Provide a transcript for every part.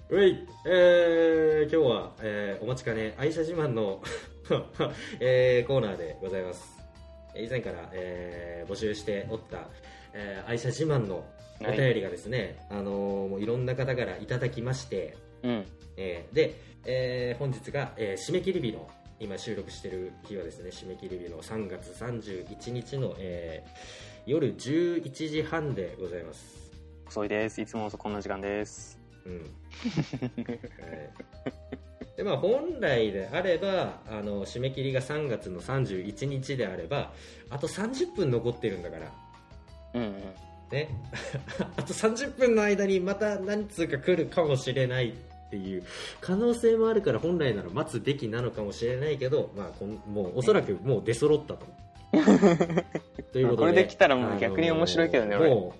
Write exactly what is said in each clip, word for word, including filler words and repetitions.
うい、えー、今日は、えー、お待ちかね愛車自慢の、えー、コーナーでございます。以前から、えー、募集しておった、えー、愛車自慢のお便りがですね、はい、あのー、もういろんな方からいただきまして、うんえー、で、えー、本日が、えー、締め切り日の今収録している日はですね、締め切り日のさんがつさんじゅういちにちの、えー、夜じゅういちじはんでございます。 遅いです。いつもこんな時間です。うん。はいでまあ、本来であればあの締め切りがさんがつのさんじゅういちにちであればあとさんじゅっぷん残ってるんだから、うんうんね、あとさんじゅっぷんの間にまた何通か来るかもしれないっていう可能性もあるから本来なら待つべきなのかもしれないけど、まあ、こんもうおそらくもう出揃ったと、 うん、ということでこれで来たらもう逆に面白いけどね、あのー、もう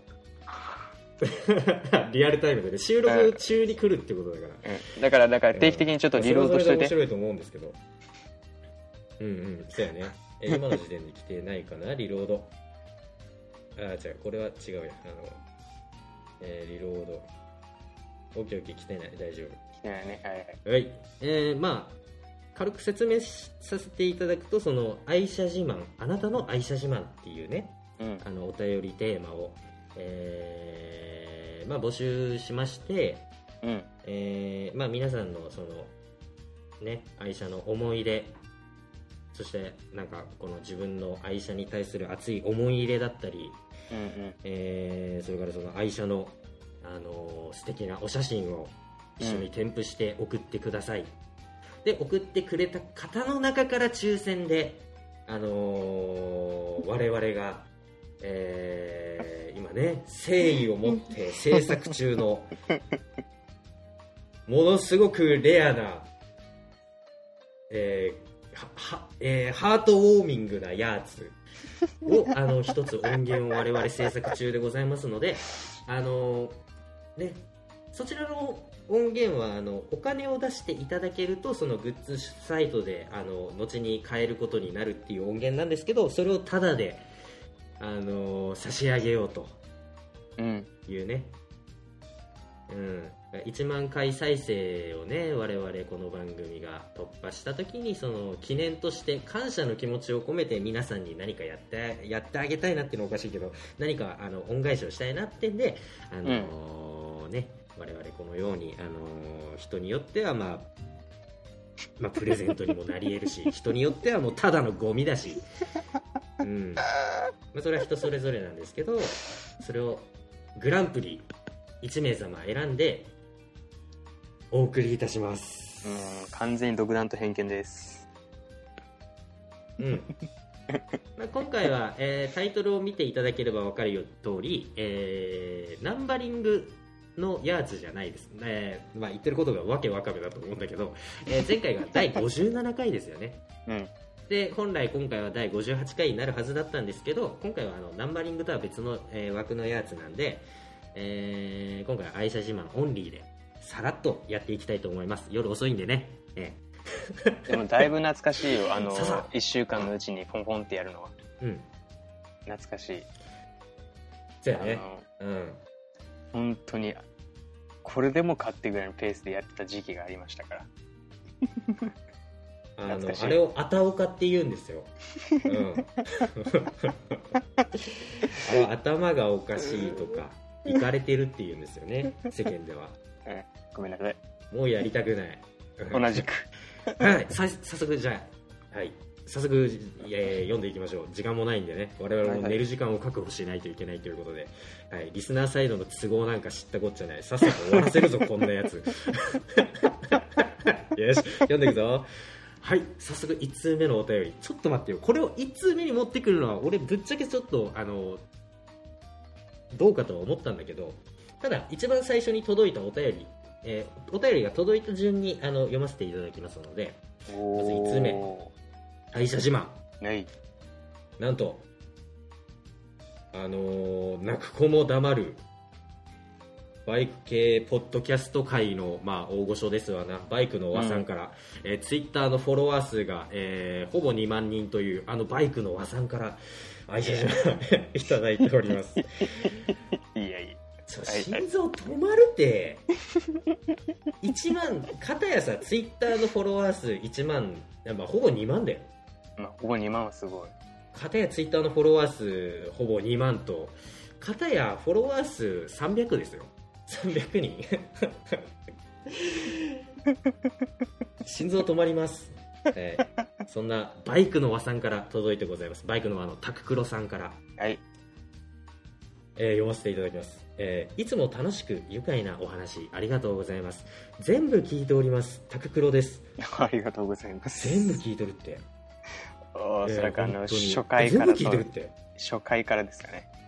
リアルタイムで、ね、収録中に来るってことだから、 うん、だからだから定期的にちょっとリロードしといて、 面白いと思うんですけど、うんうんそうやね。え今の時点で来てないかなリロード。あ違うこれは違うやあの、えー、リロード。オッケーオッケー来てない大丈夫。 来てないねはいはい。 はい、えー、まあ軽く説明させていただくとその愛車自慢あなたの愛車自慢っていうね、うん、あのお便りテーマをえーまあ、募集しまして、うんえーまあ、皆さんのその、ね、愛車の思い出そしてなんかこの自分の愛車に対する熱い思い入れだったり、うんうんえー、それからその愛車の、あのー、素敵なお写真を一緒に添付して送ってください、うん、で送ってくれた方の中から抽選で、あのー、我々がえー、今ね誠意を持って制作中のものすごくレアな、えーはえー、ハートウォーミングなやつをあの一つ音源を我々制作中でございますので、あのね、そちらの音源はあのお金を出していただけるとそのグッズサイトであの後に買えることになるっていう音源なんですけど、それをタダであのー、差し上げようというね、うんうん、いちまんかい再生をね我々この番組が突破した時にその記念として感謝の気持ちを込めて皆さんに何かやってやってあげたいなっていうのはおかしいけど何かあの恩返しをしたいなってんで、あのーうんね、我々このように、あのー、人によってはまあまあ、プレゼントにもなり得るし人によってはもうただのゴミだし、うんまあ、それは人それぞれなんですけどそれをグランプリいちめいさま選んでお送りいたします。 うん完全に独断と偏見です、 うんまあ、今回は、えー、タイトルを見ていただければ分かるよ通り、えー、ナンバリングのやつじゃないです、えーまあ、言ってることがわけわかめだと思うんだけど、えー、前回がだいごじゅうななかいですよね、うん、で本来今回はだいごじゅうはちかいになるはずだったんですけど今回はあのナンバリングとは別の、えー、枠のやつなんで、えー、今回は愛車自慢オンリーでさらっとやっていきたいと思います。夜遅いんでね、えー、でもだいぶ懐かしいよあのいっしゅうかんのうちにポンポンってやるのは、うん、懐かしいそうやね、うん本当にこれでもかってぐらいのペースでやってた時期がありましたからあのあれをあたおかって言うんですよ、うん、あれは頭がおかしいとかイカれてるって言うんですよね世間では、 うん、ごめんなさいもうやりたくない同じくはいさ早速じゃあはい早速いやいや読んでいきましょう。時間もないんでね我々も寝る時間を確保しないといけないということで、はいはい、リスナーサイドの都合なんか知ったこっちゃない。さっさと終わらせるぞこんなやつよし読んでいくぞ。はい早速いちつうめのお便り。ちょっと待ってよこれをいちつうめに持ってくるのは俺ぶっちゃけちょっとあのどうかとは思ったんだけど、ただ一番最初に届いたお便り、えー、お便りが届いた順にあの読ませていただきますので、まずいちつうめ愛車自慢、はい、なんとあのー、泣く子も黙るバイク系ポッドキャスト界の、まあ、大御所ですわなバイクのおばさんから、うんえー、ツイッターのフォロワー数が、えー、ほぼにまんにんというあのバイクのおばさんから愛車自慢いただいておりますいやいやちょ心臓止まるっていちまん、かたやさツイッターのフォロワー数いちまん、まあ、ほぼにまんだよ、 まあ、ほぼにまんはすごい。 かたやツイッターのフォロワー数ほぼにまんと、かたやフォロワー数さんびゃくですよ、さんびゃくにん心臓止まります、えー、そんなバイクの輪さんから届いてございます。バイクの輪のタククロさんから、 はい、 えー、読ませていただきます、えー、いつも楽しく愉快なお話ありがとうございます。全部聞いております、タククロです。 ありがとうございます。 全部聞いてるって、 おそらくあの初回からと、 全部聞いてるって、 初回からですかね。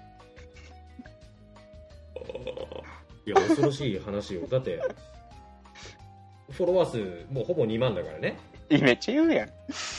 いや恐ろしい話よ。だってフォロワー数もうほぼにまんだからね。 めっちゃ言うやん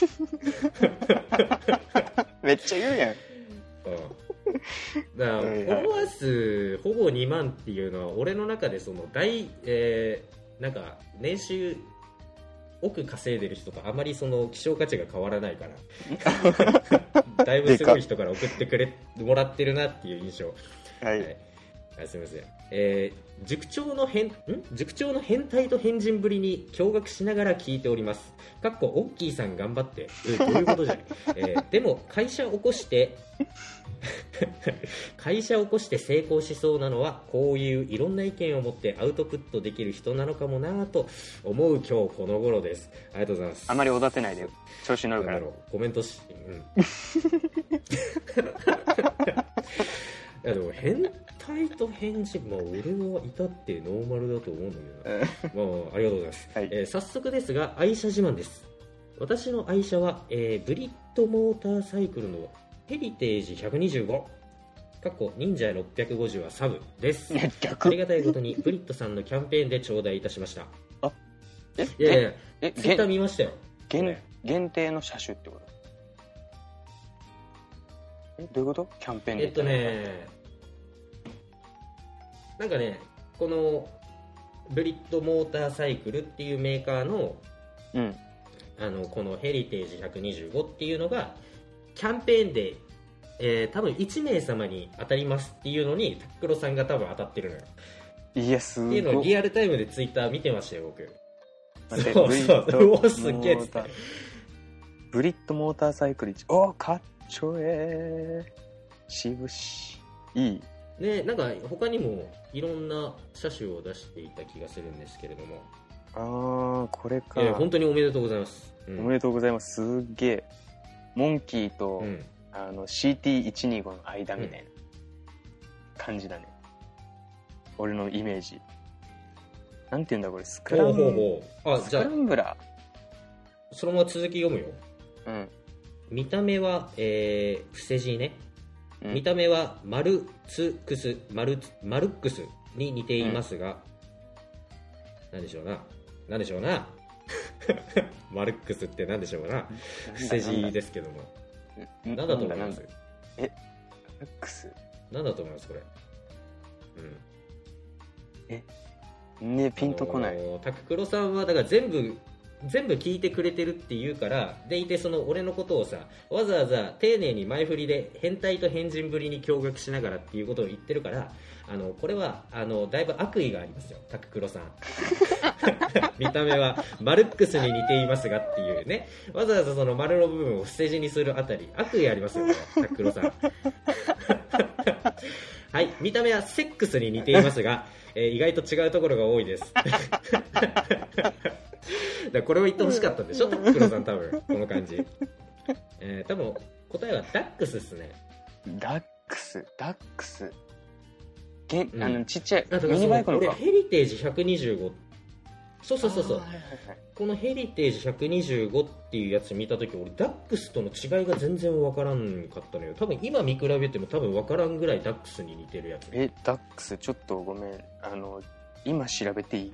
めっちゃ言うやん、 うん、だからフォロワー数ほぼにまんっていうのは俺の中でその大、えー、なんか年収億稼いでる人とあまりその希少価値が変わらないからだいぶすごい人から送ってくれもらってるなっていう印象。 はい、 はい、あ、すみません、えー、塾長の変ん塾長の変態と変人ぶりに驚愕しながら聞いております。かっこオッキーさん頑張って、えー、どういうことじゃない、えー、でも会社起こして会社起こして成功しそうなのはこういういろんな意見を持ってアウトプットできる人なのかもなと思う今日この頃です。ありがとうございます。 あまりおだてないでよ、調子に乗るから。 コメントし、うん、いやでも変態と変人、まあ、俺はいたってノーマルだと思うんだけどなまあ、ありがとうございます、はい、えー、早速ですが愛車自慢です。私の愛車は、えー、ブリッドモーターサイクルのヘリテージひゃくにじゅうご過去忍者ろっぴゃくごじゅうはサブです。ありがたいことにブリッドさんのキャンペーンで頂戴いたしました。 あえいやいやえツイッター見ましたよ。 限, 限定の車種ってこと？えどういうこと？キャンペーンで。 えっとねなんかねこのブリッドモーターサイクルっていうメーカーの、うん、あのこのヘリテージひゃくにじゅうごっていうのがキャンペーンで、えー、多分いちめい様に当たりますっていうのにタックロさんが多分当たってるのよ。 いやすごい。 っていうのをリアルタイムでツイッター見てましたよ僕。 そうそうおすげえっつってブリッドモーターサイクルいちおかっちょえー渋しいいね。なんか他にもいろんな車種を出していた気がするんですけれども。 ああこれか、 えー、本当におめでとうございます、 うん、おめでとうございます。すっげえモンキーと、うん、あの シーティーひゃくにじゅうご の間みたいな感じだね、うん、俺のイメージ。なんていうんだこれ、スクランブラー。あ、じゃあスクランブラーそのまま続き読むよ。 うん。 見た目は、えー、伏せ字ね、うん、見た目はマルツクスマルマルックスに似ていますが、うん、なんでしょうななんでしょうなマルックスってなんでしょうな伏せ字ですけども、なんだと思います？ えマルックスなんだと思いますこれ？うん。 えねピンとこない。 タククロさんはだから全部全部聞いてくれてるって言うからでいて、その俺のことをさわざわざ丁寧に前振りで変態と変人ぶりに驚愕しながらっていうことを言ってるから、あのこれはあのだいぶ悪意がありますよタククロさん見た目はマルックスに似ていますがっていうね、わざわざその丸の部分を伏せ字にするあたり悪意ありますよねタククロさんはい、見た目はセックスに似ていますが、えー、意外と違うところが多いですだこれを言ってほしかったんでしょタックロさん多分この感じ、えー、多分答えはダックスっすね。 ダックスダックスげ、うん、あのちっちゃいミニバイクのか。 俺ヘリテージひゃくにじゅうごそうそうそうそう、はいはいはい、このヘリテージひゃくにじゅうごっていうやつ見たとき俺ダックスとの違いが全然わからんかったのよ。多分今見比べても多分わからんぐらいダックスに似てるやつ。 えダックスちょっとごめんあの今調べていい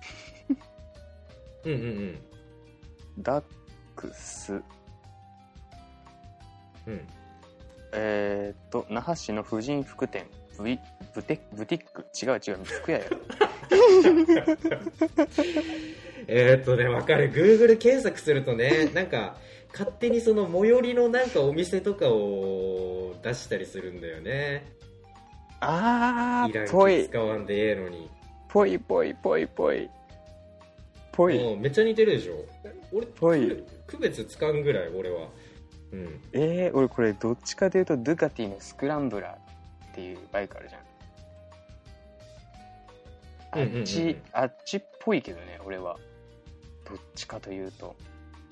うんうんうんダックスうんえー、っと那覇市の婦人服店ブイブテブティック違う違う服屋やえっとね分かる Google 検索するとねなんか勝手にその最寄りのなんかお店とかを出したりするんだよね。 あいらんーぽい気使わんでええのにぽいぽいぽいぽいぽいもうめっちゃ似てるでしょ。俺ぽい区別つかんぐらい俺は。うん。 えー、俺これどっちかというとドゥカティのスクランブラーっていうバイクあるじゃん。あっち、うんうんうん、あっちっぽいけどね、俺は。どっちかというと。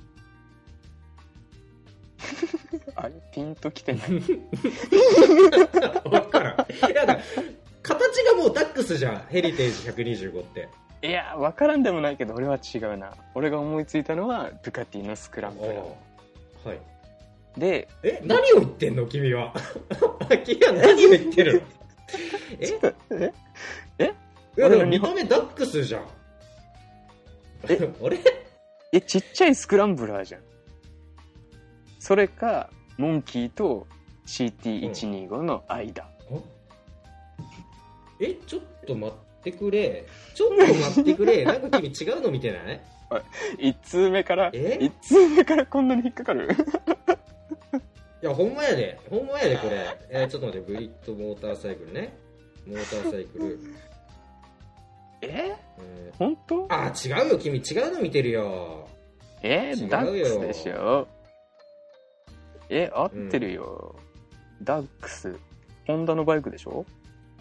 あれピンときてない。 わからん。いやだ形がもうダックスじゃん、ヘリテージひゃくにじゅうごって。 いや、わからんでもないけど、俺は違うな。俺が思いついたのは、ドゥカティのスクランブラー。 はい。 で、 え、何を言ってんの君は。君は何を言ってるのえええいや、でも見た目ダックスじゃん。 えあれえ、ちっちゃいスクランブラーじゃん。それか、モンキーと シーティーいちにーご の間。 うん、え、ちょっと待ってくれ。ちょっと待ってくれ。なんか君違うの見てない？ いち通目から、いち通目からこんなに引っかかる？ いや、ほんまやで。ほんまやで、これ。えー、ちょっと待って、ブリッドモーターサイクルね。モーターサイクル。 えー、本当？ あ、違うよ、君。違うの見てるよ。 えー、ダックスでしょ。え、合ってるよ。うん、ダックス。ホンダのバイクでしょ？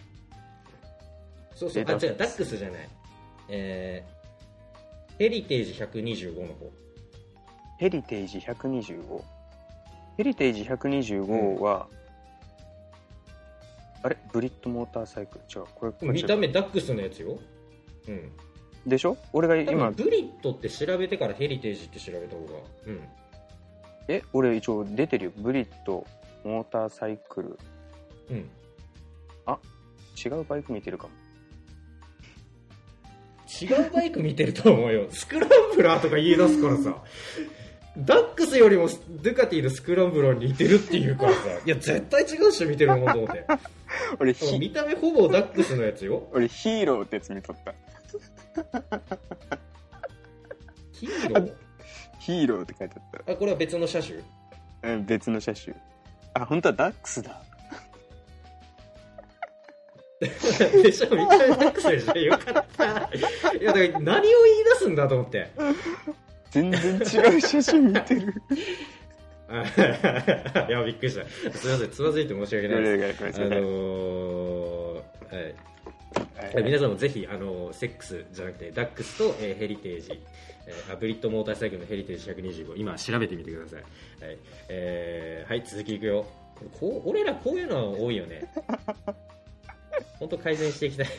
そうそう。あ、違う、ダックスじゃない。えー、ヘリテージひゃくにじゅうごの方。 ヘリテージひゃくにじゅうご。ヘリテージひゃくにじゅうごは、うん、あれブリッドモーターサイクル違う。これこれ見た目ダックスのやつよ。うん。 でしょ？俺が今。 ブリッドって調べてからヘリテージって調べた方が。うん。 え、俺一応出てるよ。ブリッドモーターサイクル。 うん。 あ、違うバイク見てるかも。 違うバイク見てると思うよ。スクランブラーとか言い出すからさ。ダックスよりもドゥカティのスクランブラーに似てるって言うからさ。いや、絶対違うっしょ、見てるもんと思って。俺見た目ほぼダックスのやつよ。 俺ヒーローってやつ見とった。 ヒーロー？ ヒーローって書いてあった。 あ、これは別の車種？ うん、別の車種。あ、本当はダックスだ。 でしょ、見た目ダックスでしょ。よかった。いや、だから何を言い出すんだと思って。 全然違う写真見てる。 いや、びっくりした。すみません、つまずいて申し訳ないです。あのー、はい。はい、皆さんもぜひ、あのー、セックスじゃなくてダックスと、えー、ヘリテージ、えー、ブリッドモーターサイクルのヘリテージひゃくにじゅうご、今調べてみてください。はい、えーはい、続きいくよ。こう俺らこういうのは多いよね。本当改善していきたい。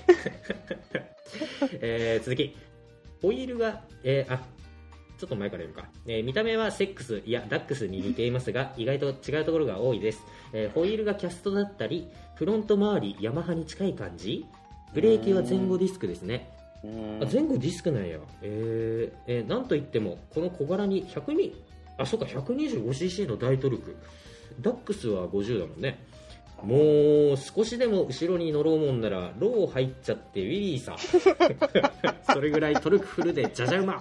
えー、続き、ホイールが、えー、あちょっと前から言うか、えー、見た目はセックスいやダックスに似ていますが意外と違うところが多いです。えー、ホイールがキャストだったりフロント周りヤマハに近い感じ。ブレーキは前後ディスクですね。あ、前後ディスクなんや。えーえー、なんといってもこの小柄にひゃくにあそうか ひゃくにじゅうごシーシー の大トルク。ダックスはごじゅうだもんね。もう少しでも後ろに乗ろうもんならロー入っちゃってウィリーさ。それぐらいトルクフルでじゃじゃ馬。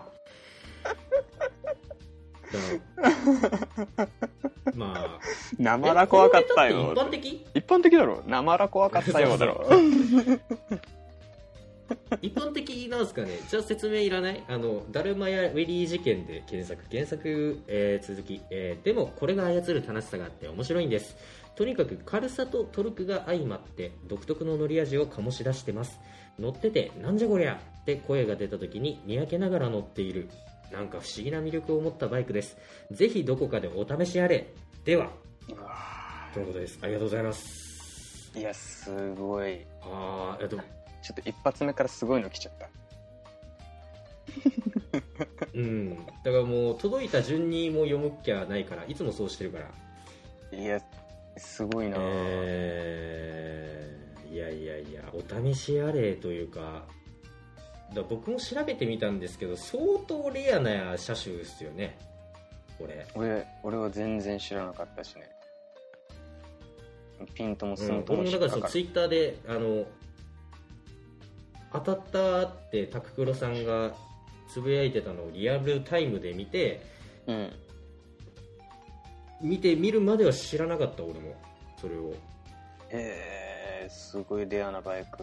まあなまら怖かったよ。 一般的一般的だろ。なまら怖かったよだろ。 一般的なんですかね。じゃあ説明いらない。あのダルマやウェリー事件で検索検索、えー、続き、えー、でもこれが操る楽しさがあって面白いんです。とにかく軽さとトルクが相まって独特の乗り味を醸し出してます。乗っててなんじゃこりゃって声が出た時ににやけながら乗っている、なんか不思議な魅力を持ったバイクです。ぜひどこかでお試しあれ。ではということです。ありがとうございます。 いやすごい。 ああ、でもちょっと一発目からすごいの来ちゃった。 うん、だからもう届いた順にも読むっきゃないからいつもそうしてるから。 いやすごいな、 えー、いやいやいやお試しあれというか、だ僕も調べてみたんですけど相当レアな車種ですよねこれ。 俺俺は全然知らなかったしね。ピントもスンとも引っかかる、うん、俺もだからそのツイッターであの当たったってタククロさんがつぶやいてたのをリアルタイムで見て、 うん、見てみるまでは知らなかった俺もそれを。 ええー、すごいレアなバイク、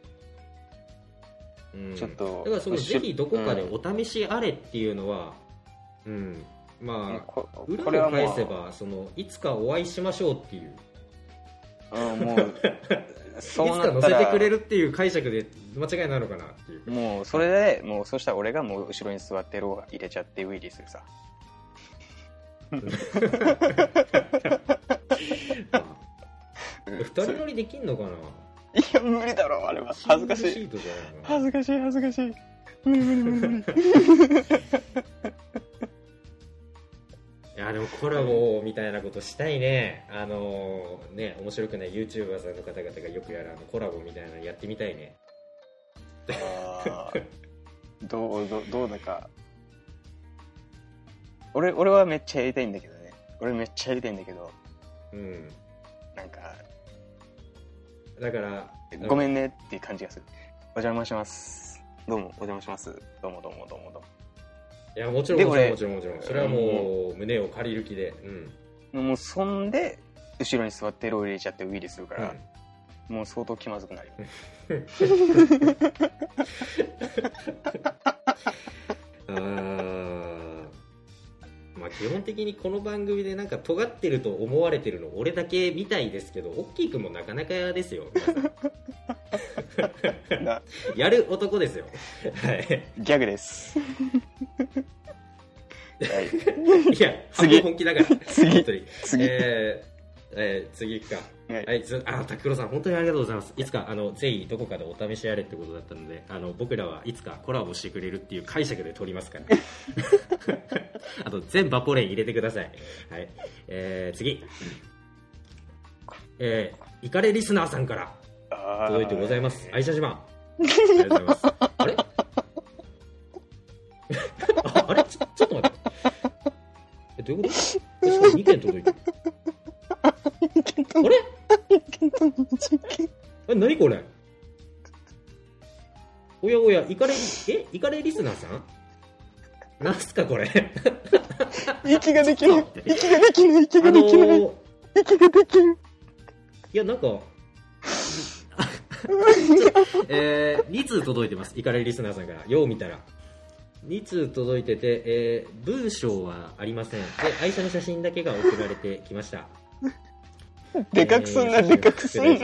うん、 ちょっとだからそのぜひどこかでお試しあれっていうのは、うん、うん、まあ裏を返せばそのいつかお会いしましょうっていう、 うん、もうそうなったらいつか乗せてくれるっていう解釈で間違いなのかなっていう。 もうそれでもうそしたら俺がもう後ろに座ってローが入れちゃってウィリーするさ二人乗りできんのかな。 いや無理だろあれは恥ずかしい恥ずかしい恥ずかしい無理無理無理無理いやでもコラボみたいなことしたいね。あのー、ね面白くない YouTuber さんの方々がよくやるあのコラボみたいなのやってみたいね。 あどうどどうだか俺俺はめっちゃやりたいんだけどね。俺めっちゃやりたいんだけど、 うんなんかだからごめんねっていう感じがする。お邪魔します。どうもお邪魔します。どうもどうもどうもどうも。 いやもちろんもちろんもちろんもちろんそれはもう胸を借りる気で、 うん、もうそんで後ろに座ってロー入れちゃってウィリーするから、うん、もう相当気まずくなるあーまあ基本的にこの番組でなんか尖ってると思われてるの俺だけみたいですけど、オッキーくんもなかなかですよやる男ですよはいギャグですはい、いや次本気だから次本当に次、 えーえー、次行くか。はい、はい、あ、タクロさん本当にありがとうございます。いつかあのぜひどこかでお試しあれってことだったので、あの僕らはいつかコラボしてくれるっていう解釈で撮りますからあと全バポレン入れてください。はい、えー、次、えー、イカレリスナーさんから届いてございます。愛車島ありがとうございます。あれあ, あれちょちょっと待ってえどういうこと確かににけん届いてるあれえ何これおやおやイカレえイカレリスナーさんなんすかこれ息ができない息ができない息ができない、あのー、息ができないいやなんかえー、に通届いてます。イカレリスナーさんからよう見たらに通届いてて、えー、文章はありませんで愛車の写真だけが送られてきました。 でかくすんな、えー、でかくすんな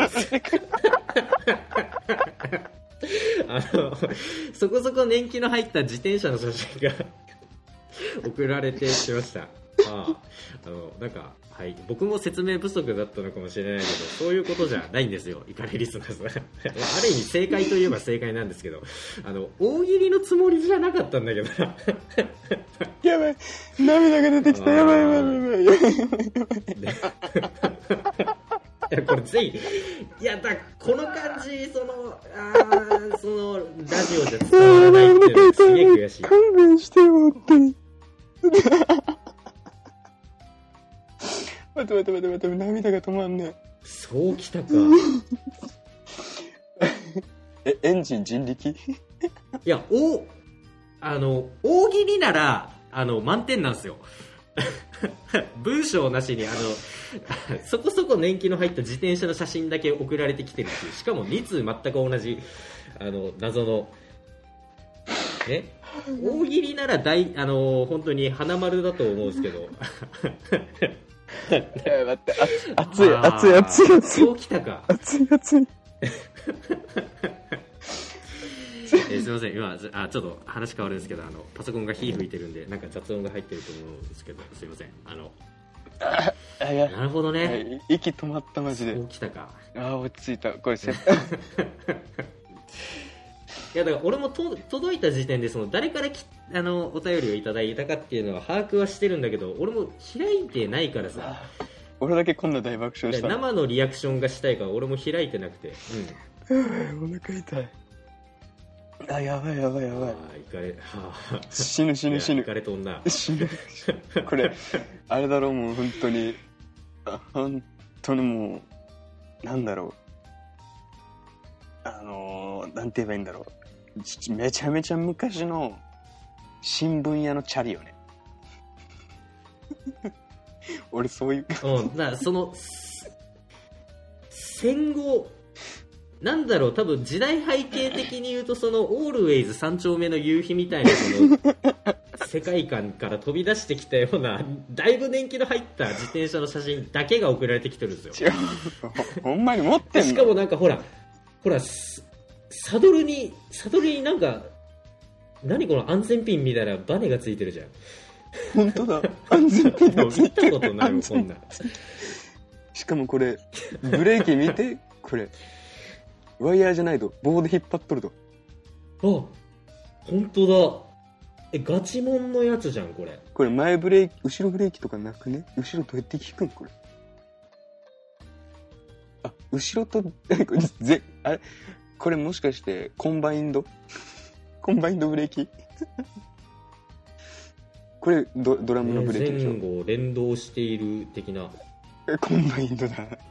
あのそこそこ年季の入った自転車の写真が送られてきました。ああ、あのなんか、はい、僕も説明不足だったのかもしれないけどそういうことじゃないんですよイカレリスナーさんある意味正解といえば正解なんですけど、あの大喜利のつもりじゃなかったんだけどやばい涙が出てきた。やばいやばいやばいやばいやばいいやこれぜひいやだこの感じそのあそのラジオじゃ伝わらないっていうのすげえ悔しい。 勘弁してよって待って待って待って待って涙が止まんねえ。 そうきたかえエンジン人力いやおあの大喜利ならあの満点なんですよ文章なしにあのそこそこ年季の入った自転車の写真だけ送られてきてるっていう、しかもに通全く同じあの謎のね大喜利なら大あの本当に花丸だと思うんですけどいや待って熱い熱い熱い熱いそうきたか熱い熱いえー、すみません今あちょっと話変わるんですけどあのパソコンが火吹いてるんでなんか雑音が入ってると思うんですけどすみません。あのあいやなるほどね息止まったマジで。 そうきたか。 あ落ち着いたこれせいやだから俺もと届いた時点でその誰からきあのお便りをいただいたかっていうのは把握はしてるんだけど俺も開いてないからさ俺だけこんな大爆笑した。 生のリアクションがしたいから俺も開いてなくて、 うん、お腹痛い。あやばいやばいやばい。あいかれ、はあ、 死ぬ死ぬ死ぬ。 いかれとんな。 死ぬ。これあれだろうもう本当にあ本当にもうなんだろうあのー、なんて言えばいいんだろうめちゃめちゃ昔の新聞屋のチャリよね。俺そういう。 うんだからその戦後なんだろう、多分時代背景的に言うと、そのオールウェイズ三丁目の夕日みたいなその世界観から飛び出してきたような、だいぶ年季の入った自転車の写真だけが送られてきてるんですよ。 ほんまに持ってんの？ しかもなんかほら、ほら、サドルに、サドルになんか、何この安全ピンみたいなバネがついてるじゃん。 本当だ。安全ピンがついてる。 見たことないもん、こんなん。 しかもこれ、ブレーキ見て、これ。ワイヤーじゃないと棒で引っ張っとると。 あ、本当だ。え、ガチモンのやつじゃんこれ。 これ前ブレーキ、後ろブレーキとかなくね？後ろどうやって効くんこれ。あ、後ろとぜあれこれもしかしてコンバインドコンバインドブレーキこれ ド, ドラムのブレーキでしょ、 前後連動している的な。 えコンバインドだ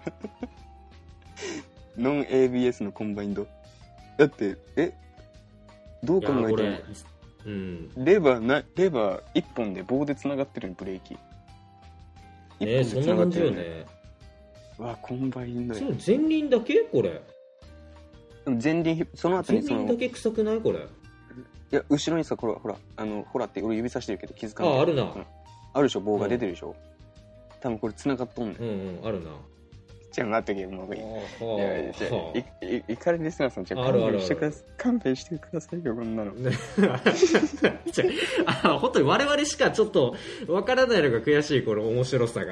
ノン エービーエス のコンバインドだって。えどう考えてもこれ、うん、レバーなレバーいっぽんで棒でつながってるのブレーキ。 えー、そんな感じよね。 わコンバインドや。 その前輪だけこれ。 前輪その後にその前輪だけ臭くないこれ。いや後ろにさほらほらあのほらって俺指さしてるけど気づかない。 ああるな、うん、 あるでしょ棒が出てるでしょ、うん、多分これつながっとんねん。 うんうんあるな。 じゃあ待ってけもういい。いやじゃあいいかれリスナーさんじゃあ勘弁してください。勘弁してくださいよこんなの。 じゃああ本当に我々しかちょっとわからないのが悔しいこの面白さが。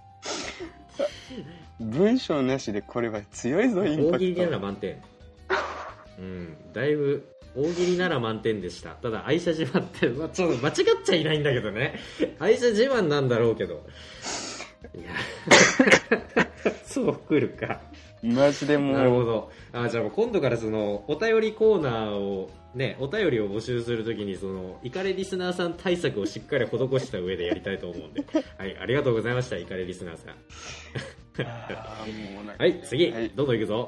文章なしでこれは強いぞインパクト。 大喜利なら満点。うんだいぶ大喜利なら満点でした。ただ愛車自慢って、まあ、ちょっと間違っちゃいないんだけどね。愛車自慢なんだろうけど。いやそう来るかマジでもう。 なるほど。あじゃあもう今度からそのお便りコーナーをねお便りを募集するときにそのイカレリスナーさん対策をしっかり施した上でやりたいと思うんではいありがとうございましたイカレリスナーさん。はい次、はい、どんどんいくぞ、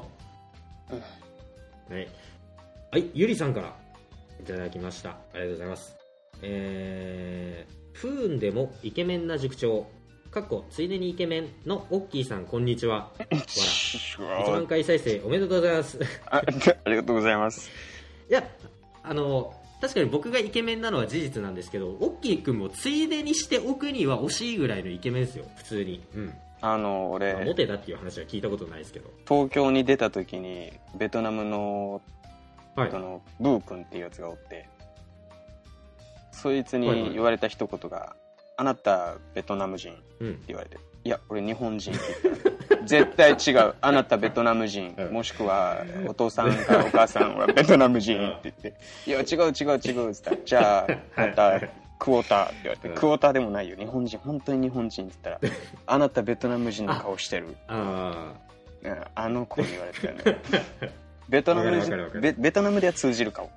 はいはい、ゆりさんからいただきました。ありがとうございます。えー、不運でもイケメンな塾長かっこついでにイケメンのオッキーさんこんにちは。わらいちまんかい再生おめでとうございます。 あ, ありがとうございます。 いやあの確かに僕がイケメンなのは事実なんですけどオッキー君もついでにしておくには惜しいぐらいのイケメンですよ普通に、うん、 あの俺、まあ、 モテたっていう話は聞いたことないですけど東京に出た時にベトナムの、はい、そのブー君っていうやつがおってそいつに言われた一言が、はいはいあなたベトナム人って言われて、うん、いや俺日本人って言ったら絶対違うあなたベトナム人、うん、もしくはお父さんかお母さんはベトナム人って言っていや違う違う違うって言ったらじゃあまたクォーターって言われて、うん、クォーターでもないよ日本人本当に日本人って言ったらあなたベトナム人の顔してる あ, あ, あの子に言われたよねベトナム人 ベ, ベトナムでは通じる顔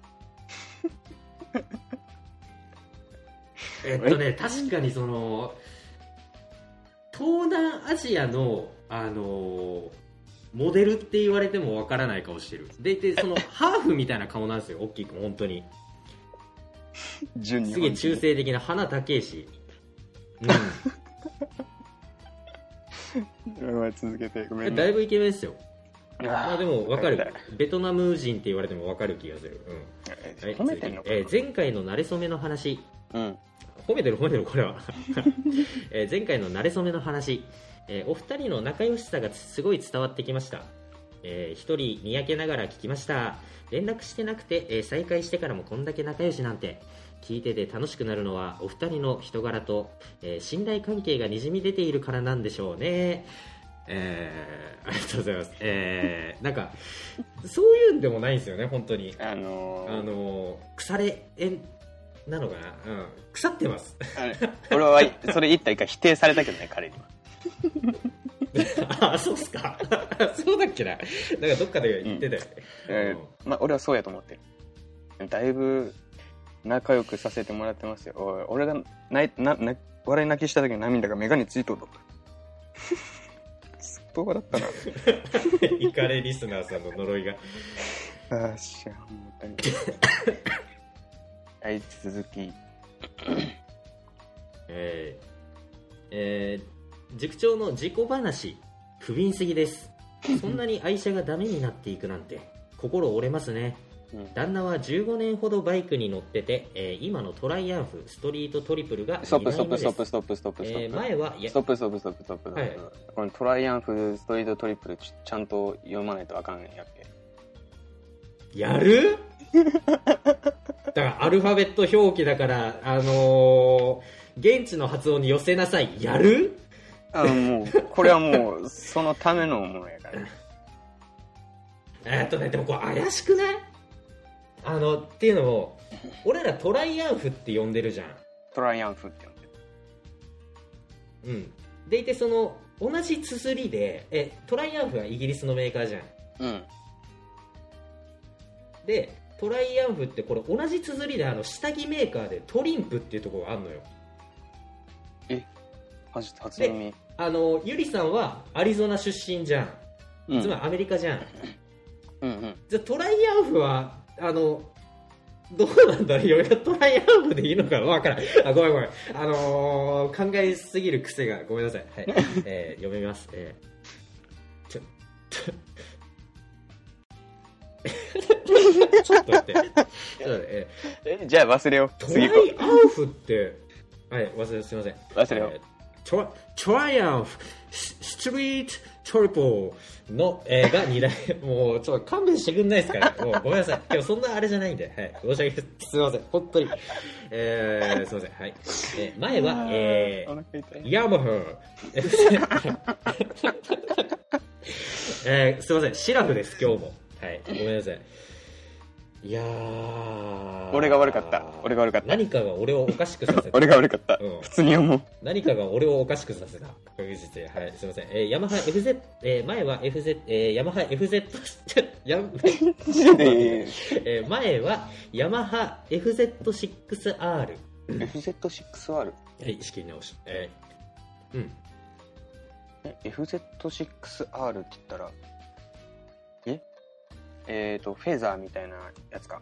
えっとね、確かにその東南アジアの、あのー、モデルって言われてもわからない顔してる。で、でそのハーフみたいな顔なんですよ、大きい子本当に。すげえ中性的な花高いし。 うん。続けてごめん、ね。 だいぶイケメンですよ。まあでもわかる。ベトナム人って言われてもわかる気がする。うん。はい、 褒めてんのかな、 えー、前回の馴れ初めの話。 うん。 褒めてる褒めてるこれは、えー、前回の馴れ初めの話、えー、お二人の仲良しさがすごい伝わってきました。えー、一人にやけながら聞きました。連絡してなくて、えー、再会してからもこんだけ仲良しなんて。聞いてて楽しくなるのはお二人の人柄と、えー、信頼関係がにじみ出ているからなんでしょうね。えー、ありがとうございます。えー、なんかそういうんでもないんですよね本当に。 あのー、 あのー、腐れ縁なのかな、うん、腐ってます俺はそれ言った一回否定されたけどね彼にはあ、そうっすかそうだっけな、なんかどっかで言ってたよね、 うんえー、まあ俺はそうやと思ってる。だいぶ仲良くさせてもらってますよ。俺がななな笑い泣きした時の涙が目がについとるとすっと笑ったなイカレリスナーさんの呪いがああしゃあ本当にはい、続き。 えー、えー、塾長の自己話、不憫すぎです。 そんなに愛車がダメになっていくなんて心折れますね。旦那はじゅうごねんほどバイクに乗ってて、えー、今のトライアンフストリートトリプルがにだいめです。 ストップストップストップストップストップストップ、えー、 前はストップストップストップストップ、はい、このトライアンフストリートトリプルち, ちゃんと読まないとあかんやっけ。やるだからアルファベット表記だからあのー、現地の発音に寄せなさい。やるあもうこれはもうそのためのものやからえっとねでもこれ怪しくない？あのっていうのも俺らトライアンフって呼んでるじゃん。 トライアンフって呼んでる。うん。でいてその同じ綴りでえトライアンフはイギリスのメーカーじゃん。 うん。 でトライアンフってこれ同じ綴りであの下着メーカーでトリンプっていうところがあるのよ。 え初読み。 あのゆりさんはアリゾナ出身じゃん。うん、つまりアメリカじゃん。 うんうん。 じゃトライアンフはあのどうなんだろうよ。トライアンフでいいのかわからん。あごめんごめん。あのー、考えすぎる癖がごめんなさい。はい。えー、読みます。えー、ちょちょっと待って。ちょっと待って。えー、じゃあ忘れよう。 トライアンフってはい忘れすみません。 忘れよう。 えートラ, トライアンフストリートトリプルの、えー、がにだいもうちょっと勘弁してくんないですかね。もうごめんなさい。でもそんなあれじゃないんで、はい、申し訳ないです。すみません本当に、えー、すみません。はい、えー、前は、えー、ヤマハえー、すみませんシラフです今日も。はいごめんなさい。いやー俺が悪かった俺が悪かった何かが俺をおかしくさせた俺が悪かった、うん、普通に思う何かが俺をおかしくさせた確実に。はいすいません。えー、ヤマハ エフゼット、えー、前は エフゼット、えー、ヤマハ エフゼット やえー、前はヤマハ エフゼットシックスアールエフゼットシックスアールはい仕切り直し。えー、うんえ エフゼットシックスアール って言ったらええーとフェザーみたいなやつか。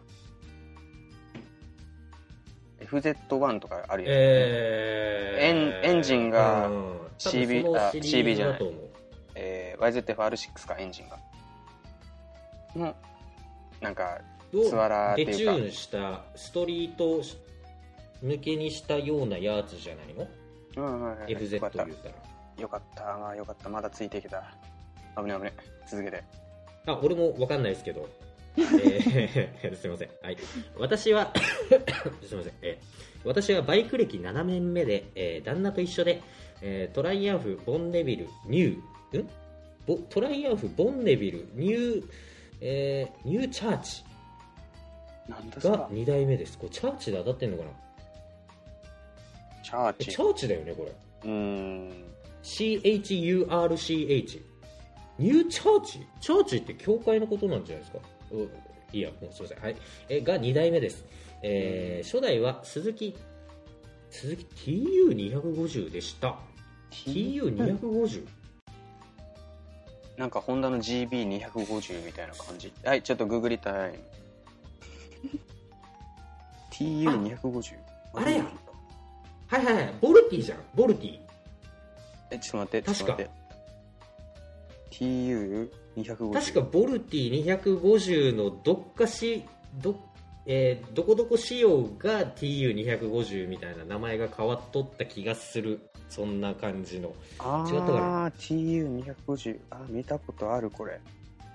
エフゼットワン とかあるよね、えー、エン, エンジンが シービー、あ シービー じゃない、えー、ワイゼットエフアールシックス かエンジンがのなんかスワラーっていうかデチューンしたストリート向けにしたようなやつじゃないの、 うんはいはい、 エフゼット 言うたらよかったまあよかったまだついてきた。危ね危ね続けて。 あ俺も分かんないですけどえー、すいません、はい、私はすいません、えー、私はバイク歴ななねんめで、えー、旦那と一緒で、えー、トライアンフボンネビルニューんボトライアンフボンネビルニュー、えー、ニューチャーチがにだいめです。これチャーチで当たってんのかな。 チャーチチャーチだよねこれ。 うーんシーエイチユーアールシーエイチ ニューチャーチチャーチって教会のことなんじゃないですか。いいやもうすいません、はい、えがにだいめです。えー、初代は鈴木鈴木 ティーユーにひゃくごじゅう でした。 ティーユーにひゃくごじゅう、 なんかホンダの ジービーにひゃくごじゅう みたいな感じ。はいちょっとググりたいティーユーにひゃくごじゅうあ, あれやはいはいはいボルティじゃんボルティ。 えちょっと待って確か ティーユーにひゃくごじゅう確かボルティにひゃくごじゅうのどっかし ど,、えー、どこどこ仕様が ティーユーにひゃくごじゅう みたいな名前が変わっとった気がする。そんな感じの。 あ違ったかな。 ティーユーにひゃくごじゅう あ見たことあるこれ。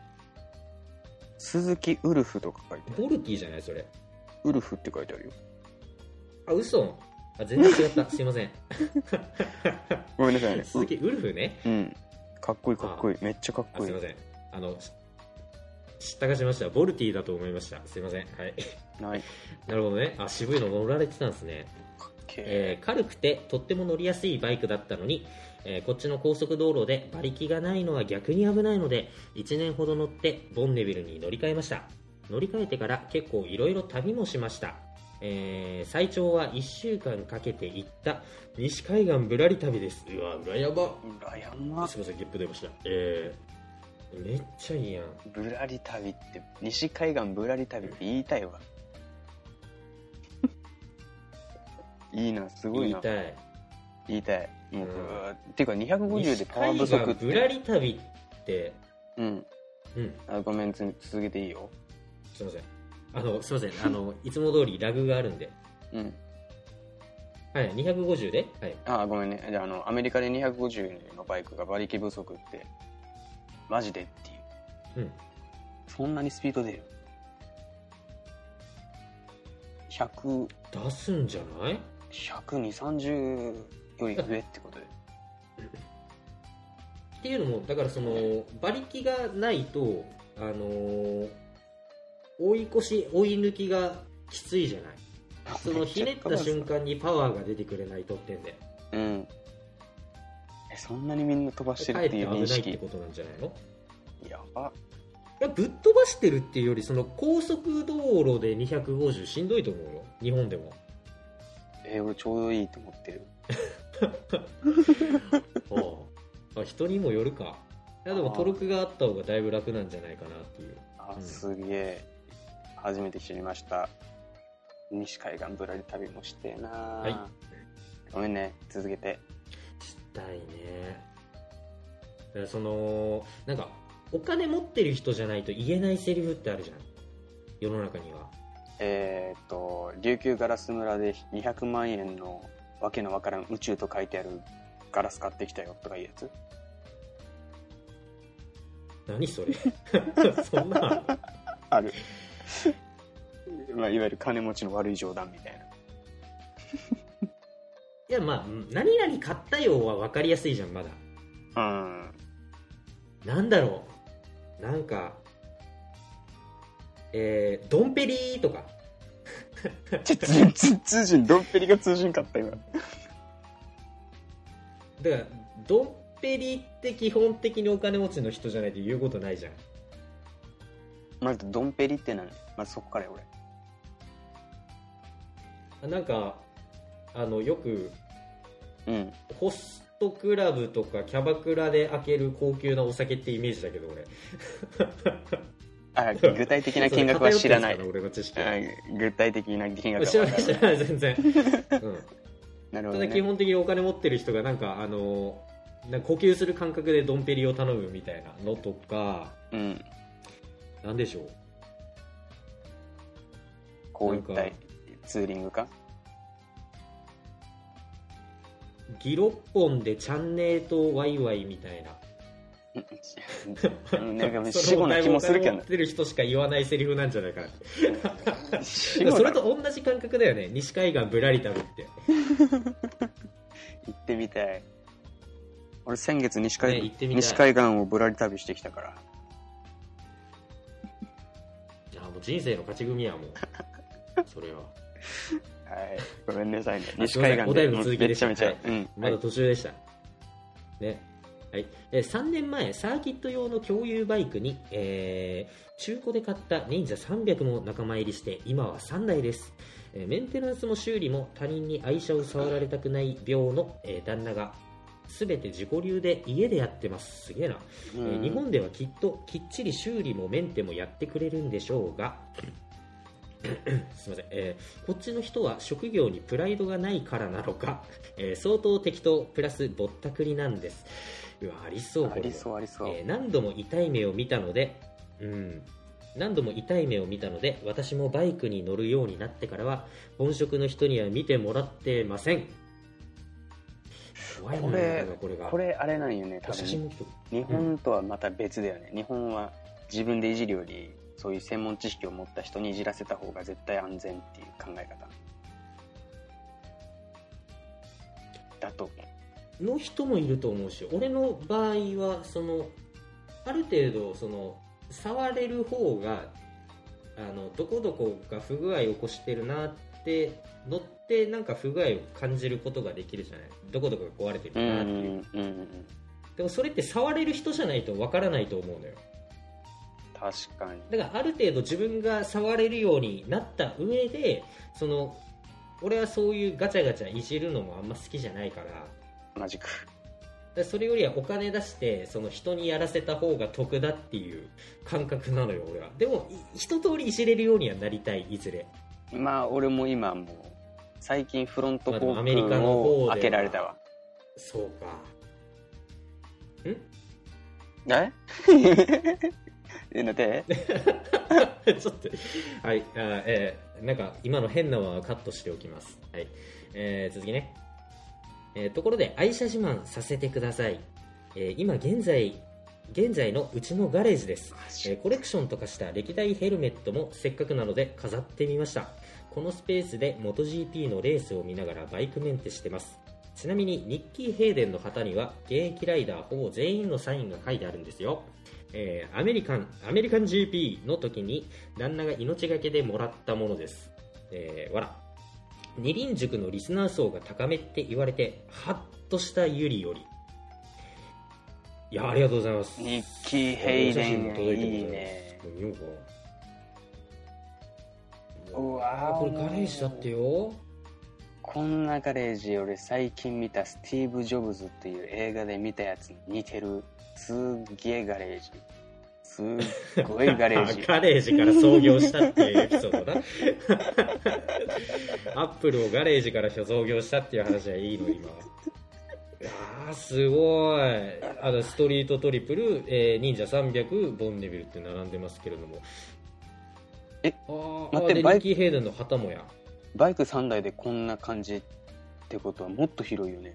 鈴木ウルフとか書いてある。 ボルティじゃないそれ。 ウルフって書いてあるよ。 あ嘘。あ全然違ったすいませんごめんなさいね。 鈴木ウルフね。 うんかっこいいかっこいいめっちゃかっこいい。 すいませんあの知ったかしました。ボルティだと思いました。すいません。はいないなるほどね。あ渋いの乗られてたんですね。えー、軽くてとっても乗りやすいバイクだったのに、えー、こっちの高速道路で馬力がないのは逆に危ないのでいちねんほど乗ってボンネビルに乗り換えました。乗り換えてから結構いろいろ旅もしました。えー、最長はいっしゅうかんかけて行った西海岸ぶらり旅です。うわ裏山裏山すいませんゲップ出ました。えー、めっちゃいいやん。 ぶらり旅って西海岸ぶらり旅って言いたいわいいなすごいな。 言いたい言いたいもう、うん、っていうかにひゃくごじゅうでパワー不足ってぶらり旅ってうんうんあごめん続けていいよ。 すいませんあのすいませんあのいつも通りラグがあるんでうんはいにひゃくごじゅうで、はい、 あごめんね。じゃあ、あのアメリカでにひゃくごじゅうのバイクが馬力不足ってマジでっていう、うん、そんなにスピード出るひゃく出すんじゃない？ ひゃくにじゅう、さんじゅうより上ってことでっていうのもだからその馬力がないとあのー、追い越し追い抜きがきついじゃないそのひねった瞬間にパワーが出てくれないとってんでうんえそんなにみんな飛ばしてるっていう認識危ないってことなんじゃないの？ やばいやぶっ飛ばしてるっていうよりその高速道路でにひゃくごじゅうしんどいと思うよ日本でもえー、俺ちょうどいいと思ってるああ人にもよるかいやでもトルクがあった方がだいぶ楽なんじゃないかなっていうあ、うん、すげえ初めて知りました西海岸ぶらり旅もしてえな、はい、ごめんね続けてしたいねだからそのなんかお金持ってる人じゃないと言えないセリフってあるじゃん世の中にはえー、っと琉球ガラス村でにひゃくまんえんのわけのわからん宇宙と書いてあるガラス買ってきたよとかいうやつ何それそんなあるまあ、いわゆる金持ちの悪い冗談みたいないやまあ何々買ったよは分かりやすいじゃんまだうんなんだろうなんかえー、ドンペリーとかちょっと全然通じんドンペリが通じんかった今だからドンペリって基本的にお金持ちの人じゃないと言うことないじゃんまずドンペリって何まずそこからよ俺なんかあのよく、 うん、 ホストクラブとかキャバクラで開ける高級なお酒ってイメージだけど俺あ具体的な金額は知らない俺の知識具体的な金額は知らない知らない全然、うん、 なるほど、ね、 ただ基本的にお金持ってる人がなんかあのなんか呼吸する感覚でドンペリを頼むみたいなのとか、 うん、 なんでしょうこういったツーリングかギロッポンでチャンネーとワイワイみたいななんか死後な気もするけど持ってる人しか言わないセリフなんじゃないかなそれと同じ感覚だよね西海岸ぶらり旅って行ってみたい俺先月西海、 ね、 西海岸をぶらり旅してきたからじゃあもう人生の勝ち組やもうそれははいごめんなさいね西海岸でお題の続きでしためちゃめちゃ、 はいうん、まだ途中でした、はい、ねはい、えさんねんまえサーキット用の共有バイクに、えー、中古で買った忍者さんびゃくも仲間入りして今はさんだいです、えー、メンテナンスも修理も他人に愛車を触られたくない病の、えー、旦那が全て自己流で家でやってますすげえな、えー、日本ではきっときっちり修理もメンテもやってくれるんでしょうがすみません、えー、こっちの人は職業にプライドがないからなのか、えー、相当適当プラスぼったくりなんですうわありそうありそうありそう、 えー、何度も痛い目を見たので、うん、何度も痛い目を見たので私もバイクに乗るようになってからは本職の人には見てもらってません怖いこれこれがこれあれなんよね多分日本とはまた別だよね、うん、日本は自分でいじるよりそういう専門知識を持った人にいじらせた方が絶対安全っていう考え方だと思うの人もいると思うし俺の場合はそのある程度その触れる方があのどこどこが不具合を起こしてるなって乗ってなんか不具合を感じることができるじゃないどこどこが壊れてるなっていう、うんうんうん、でもそれって触れる人じゃないとわからないと思うのよ確かにだからある程度自分が触れるようになった上でその俺はそういうガチャガチャいじるのもあんま好きじゃないから同じくそれよりはお金出してその人にやらせた方が得だっていう感覚なのよ俺はでも一通りいじれるようにはなりたいいずれまあ俺も今もう最近フロントフォークを開けられたわそうかんええなんでちょっとはいあ、えー、なんか今の変なのはカットしておきます。はい、えー、続きね、えー、ところで愛車自慢させてください。えー、今現在現在のうちのガレージです。えー、コレクションとかした歴代ヘルメットもせっかくなので飾ってみました。このスペースで モトジーピー のレースを見ながらバイクメンテしてます。ちなみにニッキー・ヘイデンの旗には現役ライダーほぼ全員のサインが書いてあるんですよ。えー、アメリカンアメリカン ジーピー の時に旦那が命がけでもらったものです。えー、わら二輪塾のリスナー層が高めって言われてハッとしたゆりより。いやありがとうございます。 ニッキー・ヘイデンいいね。 見ようか。 うわこれガレージだってよ。 こんなガレージ俺最近見たスティーブ・ジョブズっていう映画で見たやつに似てる。すっげえガレージ、すっごいガレージガレージから創業したっていうエピソードなアップルをガレージから創業したっていう話はいいの今。あーすごい。あのストリートトリプル、えー、忍者さんびゃくボンネビルって並んでますけれども、 えあ待って、バイクニッキー・ヘイデンの旗もや。 バイクさんだいでこんな感じってことはもっと広いよね。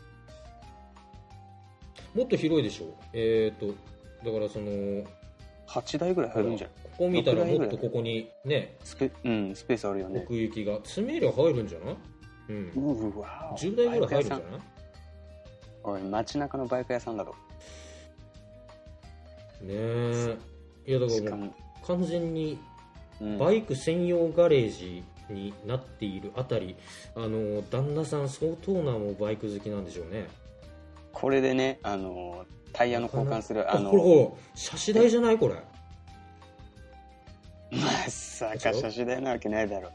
もっと広いでしょ。えっ、ー、とだからそのはちだいぐらい入るんじゃん。 ここ見たらもっとここにねスペ、うん、スペースあるよね。 奥行きが詰めりゃ入るんじゃない？うん。 うわじゅうだいぐらい入るんじゃない？ おい街中のバイク屋さんだろ。 ねえ。いやだからもう完全にバイク専用ガレージになっているあたり、あの旦那さん相当なもうバイク好きなんでしょうね。 これでね、あのタイヤの交換するあのほらほら車種代じゃないこれ。 まさか車種代なわけないだろ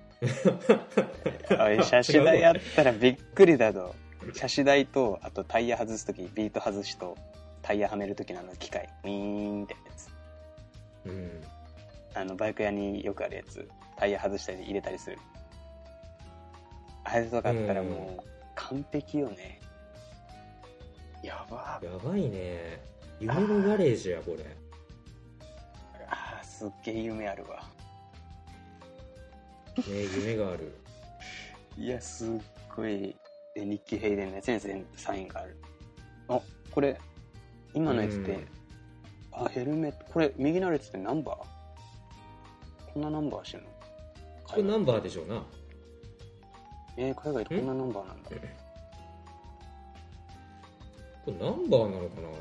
おい車種代あったらびっくりだぞ。車種代とあとタイヤ外すときビート外しとタイヤはめるときのあの機械ウィーンってやつ、うん、あのバイク屋によくあるやつ、タイヤ外したり入れたりするあれとかあったらもう完璧よね。やばやばいね。夢のガレージやこれ。 ああすっげえ夢あるわね夢がある。 いやすっごい。でニッキー・ヘイデンの先生のサインがある。あこれ今のやつって、あヘルメットこれ右のやつってナンバーこんなナンバーしてるの？ これナンバーでしょうな。 えー、海外でこんなナンバーなんだ。 これナンバーなのかな。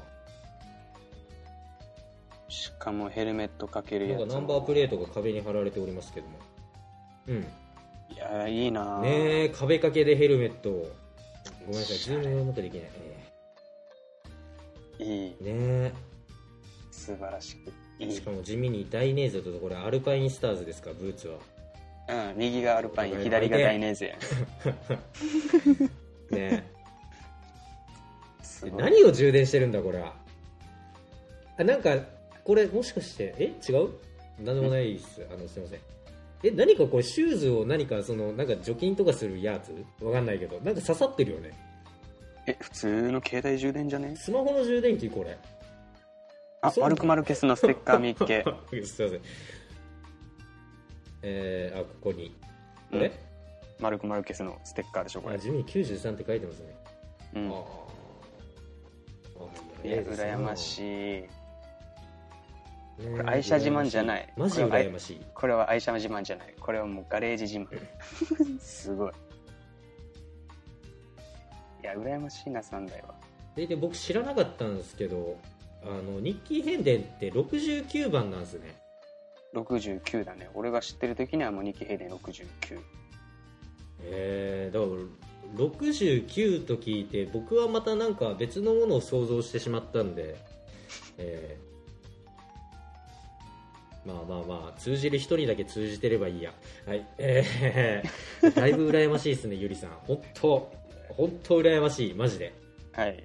しかもヘルメットかけるやつなんかナンバープレートが壁に貼られておりますけども、うん、 いやいいなねえ壁掛けでヘルメット。ごめんなさいズームうまくできない、 えー、いいねえ素晴らしくいい。 しかも地味にダイネーゼとこれアルパインスターズですかブーツは。 うん右がアルパイン左がダイネーゼねえ何を充電してるんだこれは。あなんかこれもしかしてえ違う？なんでもないっす。あのすいません。え何かこれシューズを何かそのなんか除菌とかするやつわかんないけどなんか刺さってるよね。 え普通の携帯充電じゃね？ スマホの充電器これ。 あマルクマルケスのステッカー見っけすいません。えー、あここにこれ、うん、 マルクマルケスのステッカーでしょこれ。 あ地味にきゅうじゅうさんって書いてますね。うん。ああいや羨ましい。これ愛車自慢じゃない。 マジ羨ましい。 これは愛車自慢じゃない。これはもうガレージ自慢すごい。いや羨ましいなさんだいは。 でで僕知らなかったんですけどあのニッキー・ヘイデンってろくじゅうきゅうばんなんですね。 ろくじゅうきゅうだね。俺が知ってる時にはもうニッキー・ヘイデンろくじゅうきゅう。 えー、だからろくじゅうきゅうと聞いて僕はまたなんか別のものを想像してしまったんで、えー、まあまあまあ通じる人にだけ通じてればいいや。はい、えー、だいぶ羨ましいですねゆりさん。本当本当羨ましいマジで。 はい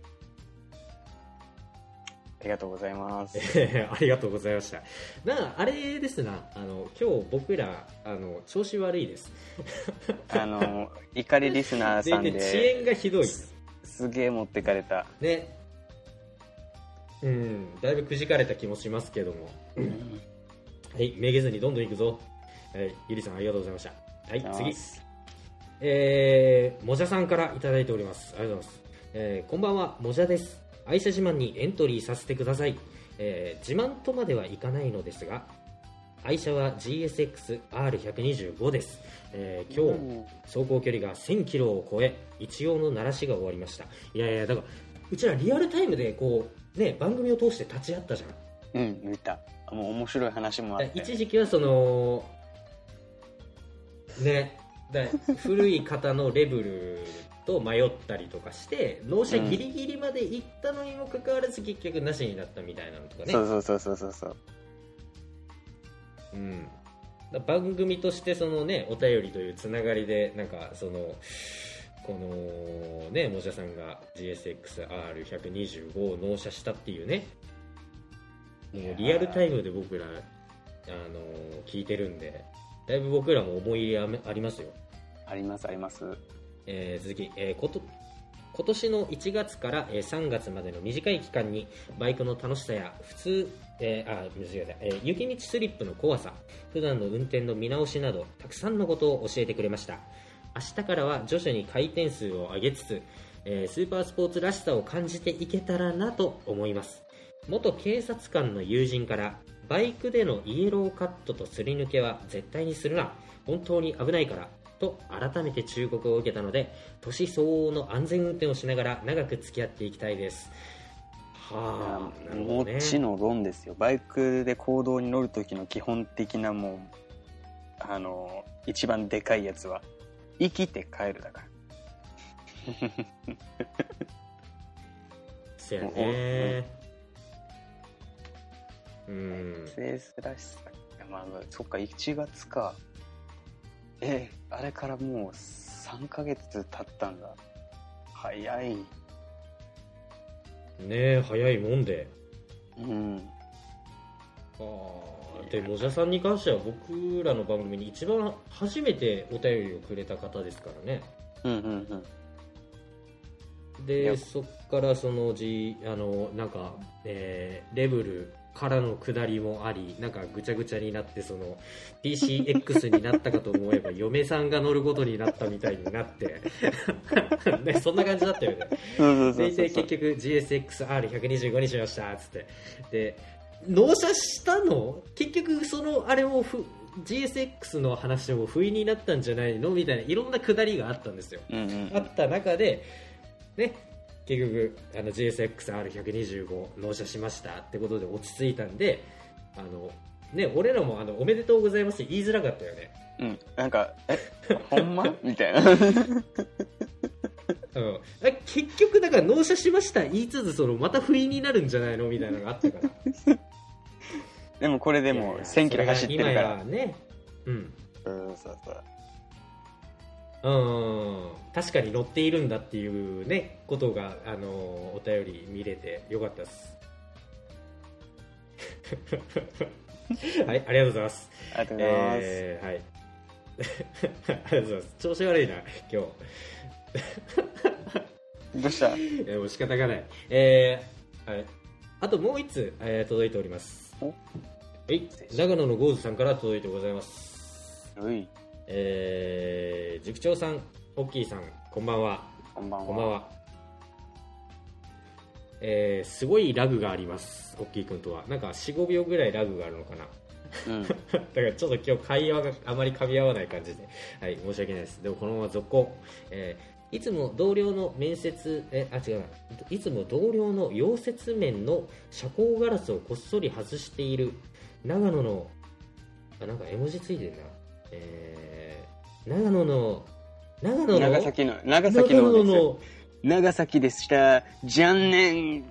ありがとうございます。 ありがとうございました。なあれですなあの今日僕らあの調子悪いです。 あの怒りリスナーさんで遅延がひどい。 す, すげえ持ってかれた。 ね。 うん、だいぶくじかれた気もしますけども、うん、はい、めげずにどんどんいくぞ。はい、ゆりさんありがとうございました。はい、次、えー、もじゃさんからいただいております。ありがとうございます。えー、こんばんは、もじゃです。愛車自慢にエントリーさせてください。えー、自慢とまではいかないのですが、愛車は ジーエスエックスアールひゃくにじゅうご です。えー、今日走行距離がせんキロを超え、一応の鳴らしが終わりました。いやいや、だからうちらリアルタイムでこうね、番組を通して立ち会ったじゃん。 うん、見た。もう面白い話もあって、 一時期はそのね、だ古い方のレベルと迷ったりとかして納車ギリギリまで行ったのにもかかわらず結局なしになったみたいなのとかね。 そうそうそうそうそうそう、 うん、だ番組としてそのね、お便りというつながりでなんかそのこのね、もじゃさんが ジーエスエックスアールひゃくにじゅうご を納車したっていうね、もうリアルタイムで僕らあの聞いてるんで、だいぶ僕らも思い入れありますよ。 ありますあります。 えー、続き、えー、こと今年のいちがつからさんがつまでの短い期間にバイクの楽しさや普通、えー、あ間違えた、えー、雪道スリップの怖さ、普段の運転の見直しなどたくさんのことを教えてくれました。明日からは徐々に回転数を上げつつ、えー、スーパースポーツらしさを感じていけたらなと思います。元警察官の友人からバイクでのイエローカットとすり抜けは絶対にするな、本当に危ないからと改めて忠告を受けたので、年相応の安全運転をしながら長く付き合っていきたいです。はあ、なるほどね。 もちの論ですよ。バイクで公道に乗る時の基本的なもうあの一番でかいやつは生きて帰るだからそやね。うん、 レースらしさ、まあそっか、いちがつか。えあれからもうさんかげつ経ったんだ。早いねえ、早いもんで。 うん。 あでもじゃさんに関しては僕らの番組に一番初めてお便りをくれた方ですからね。 うんうんうん。 でそっからそのじあのなんか、えー、レベルからの下りもあり、なんかぐちゃぐちゃになって、その ピーシーエックス になったかと思えば嫁さんが乗ることになったみたいになってね、そんな感じだったよね。で結局 ジーエスエックスアールひゃくにじゅうご にしましたっつって、で納車したの結局そのあれもふ ジーエスエックス の話も不意になったんじゃないのみたいないろんな下りがあったんですよ、 うんうん、 あった中でね、結局あの ジーエスエックスアールひゃくにじゅうご 納車しましたってことで落ち着いたんで、あのね、俺らもあのおめでとうございますって言いづらかったよね。 うん、なんかえほんまみたいな、うん、 結局だから納車しました言いつつそのまた不意になるんじゃないのみたいなのがあったからでもこれでもせんキロ走ってるから、 今やね、うん、 うんそうそう、 うん確かに乗っているんだっていうねことがあのお便り見れてよかったですはい、ありがとうございます。 ありがとうございます、 えー、はいありがとうございます。調子悪いな今日どうした？ いやもう仕方がない。えー、はい、あともう一つ、えー、届いております。はい、長野のゴーズさんから届いてございます。 はい、 えー、塾長さん、オッキーさん、こんばんは。 こんばんは。 こんばんは。えー、すごいラグがあります、オッキー君とは。なんか よん、ごびょうぐらいラグがあるのかな。うん、だからちょっと今日会話があまり噛み合わない感じで、はい、申し訳ないです。でもこのまま続行。えー、いつも同僚の面接、え、あ、違うな。いつも同僚の溶接面の遮光ガラスをこっそり外している長野の、あ、なんか絵文字ついてるな。えー、長野の、長野の、 長崎の、長崎のです。長野の、長崎でした。じゃんねん。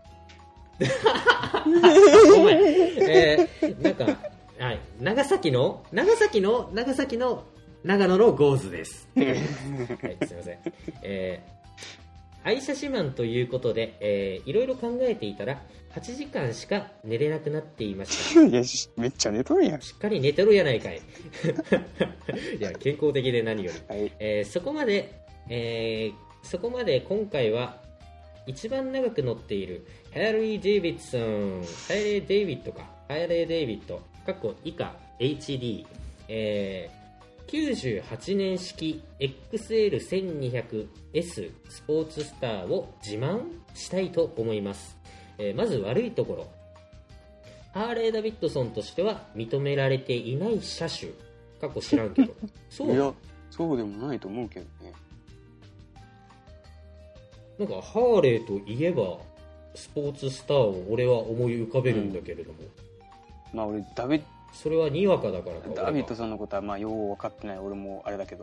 ごめん。えー、なんか、はい、長崎の、長崎の、長崎の、長野のゴーズです。はい、すいません。えー、愛車自慢ということで、えー、いろいろ考えていたら、はちじかんしか寝れなくなっていました。 いや、めっちゃ寝とるやん。 しっかり寝てるやないかい。いや、健康的で何より。はい、えー、そこまで、えー、そこまで今回は、 一番長く乗っているハーリー・デイビッドソン、ハーレー・デイビッドか、ハーレー・デイビッド、かっこ以下 エイチディー、えー、きゅうじゅうはちねん式 エックスエルせんにひゃくエス スポーツスターを自慢したいと思います。えー、まず悪いところ、ハーレー・ダビッドソンとしては認められていない車種、かっこ知らんけどそういや、そうでもないと思うけどね。 なんかハーレーといえばスポーツスターを俺は思い浮かべるんだけれども、 うん、まあ俺ダビそれはにわかだからか。 ダビッドソンのことはまあよう分かってない俺もあれだけど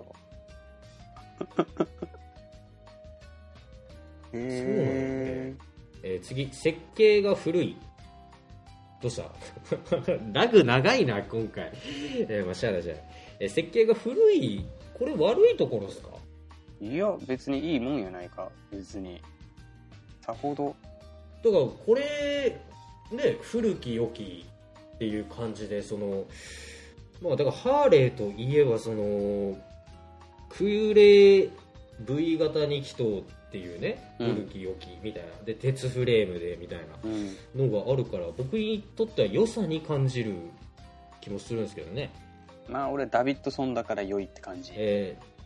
へえ、ねえー、次、設計が古い。どうしたラグ長いな今回、えー、まあしゃあないじゃない、えー、設計が古い、これ悪いところですか？ いや別にいいもんやないか。別にさほどだからこれね、古き良きっていう感じで、そのまあだからハーレーといえばその空冷 V 型に気筒っていうね、古き良きみたいなで鉄フレームでみたいなのがあるから、僕にとっては良さに感じる気もするんですけどね。 まあ俺ダビッドソンだから良いって感じ。えー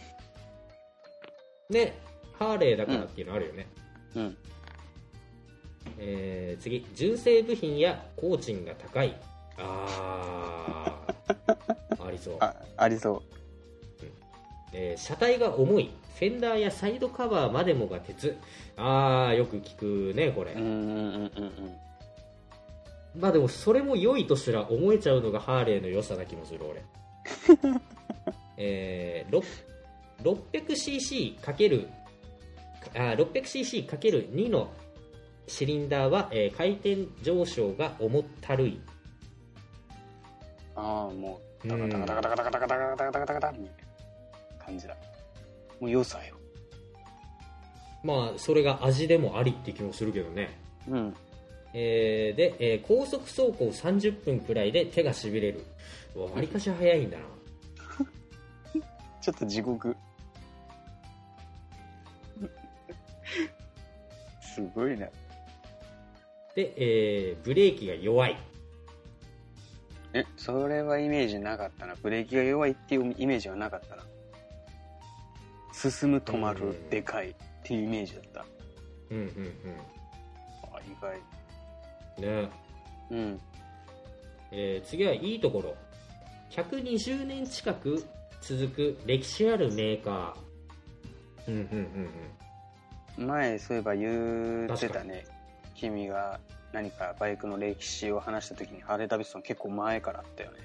ね、ハーレーだからっていうのあるよね。 うん、うん、 えー、次、純正部品や工賃が高い。あーありそう。 あ、ありそう、うん。 えー、車体が重い。フェンダーやサイドカバーまでもが鉄。あーよく聞くねこれ。 うんうんうんうん。 まあでもそれも良いとすら思えちゃうのがハーレーの良さな気もする俺。えー、ろっぴゃくシーシー かける ろっぴゃくシーシー かけるに のシリンダーは、えー、回転上昇が重ったるい。 ああ、もうタカタカタカタカタカタカタカタカタカタカタみたいな感じだ。もう良さよ。 まあそれが味でもありって気もするけどね。 うん。 えー、で、えー、高速走行さんじゅっぷんくらいで手がしびれる。わりかし早いんだな。 ちょっと地獄。すごいな。 で、えー、ブレーキが弱い。 え、それはイメージなかったな。ブレーキが弱いっていうイメージはなかったな。進む、止まる、でかいっていうイメージだった。 うんうんうん。 あ、意外。 ね。 うん。 えー、次はいいところ。ひゃくにじゅうねん近く続く歴史あるメーカー。うんうんうんうん。前そういえば言ってたね。君が何かバイクの歴史を話した時にハーレー・ダビッドソン結構前からあったよね。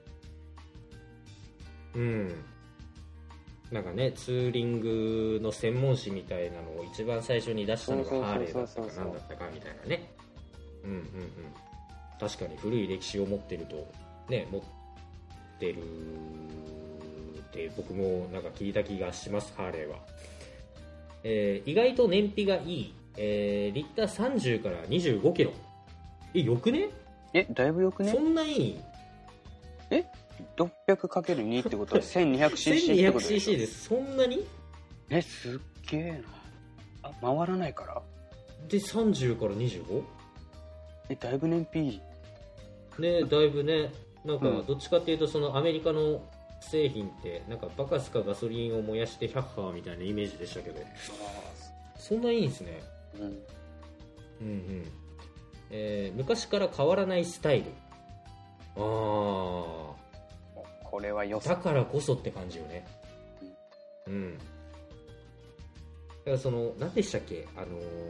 うん。なんかね、ツーリングの専門誌みたいなのを一番最初に出したのがハーレーだったか何だったかみたいなね。うんうんうん。確かに古い歴史を持ってるとね、持ってるって僕もなんか聞いた気がします。ハーレーは、えー、意外と燃費がいい、えー、リッターさんじゅうからにじゅうごキロ。え、よくね？ え、だいぶよくね？ そんないい？ え、ろっぴゃくかけるに ってことは せんにひゃくシーシー ってことでしょ？ せんにひゃくシーシーです。そんなに？ え、すっげえな。あ、回らないからでさんじゅうからにじゅうご？ え、だいぶ燃費いいね。だいぶね。なんかどっちかっていうとそのアメリカの製品ってなんかバカスカガソリンを燃やしてヒャッハーみたいなイメージでしたけど、そんないいんですね。うん、うんうんえー、昔から変わらないスタイル。ああ、これは良さだからこそって感じよね。うん、うん、だからその何でしたっけ、あのー、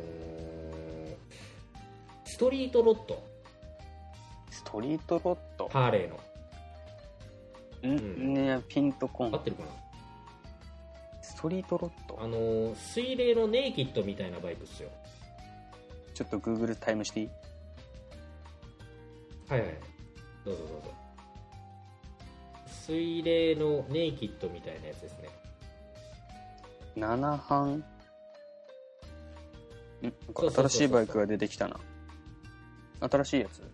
ストリートロットストリートロットハーレーのん、うん、ね、ピンとこん。 合ってるかな。 ストリートロット、 あのー、水冷のネイキッドみたいなバイクっすよ。 ちょっと Google タイムしていい？ はいはい、どうぞどうぞ。水冷のネイキッドみたいなやつですね。 ななはん。ん、新しいバイクが出てきたな。新しいやつ？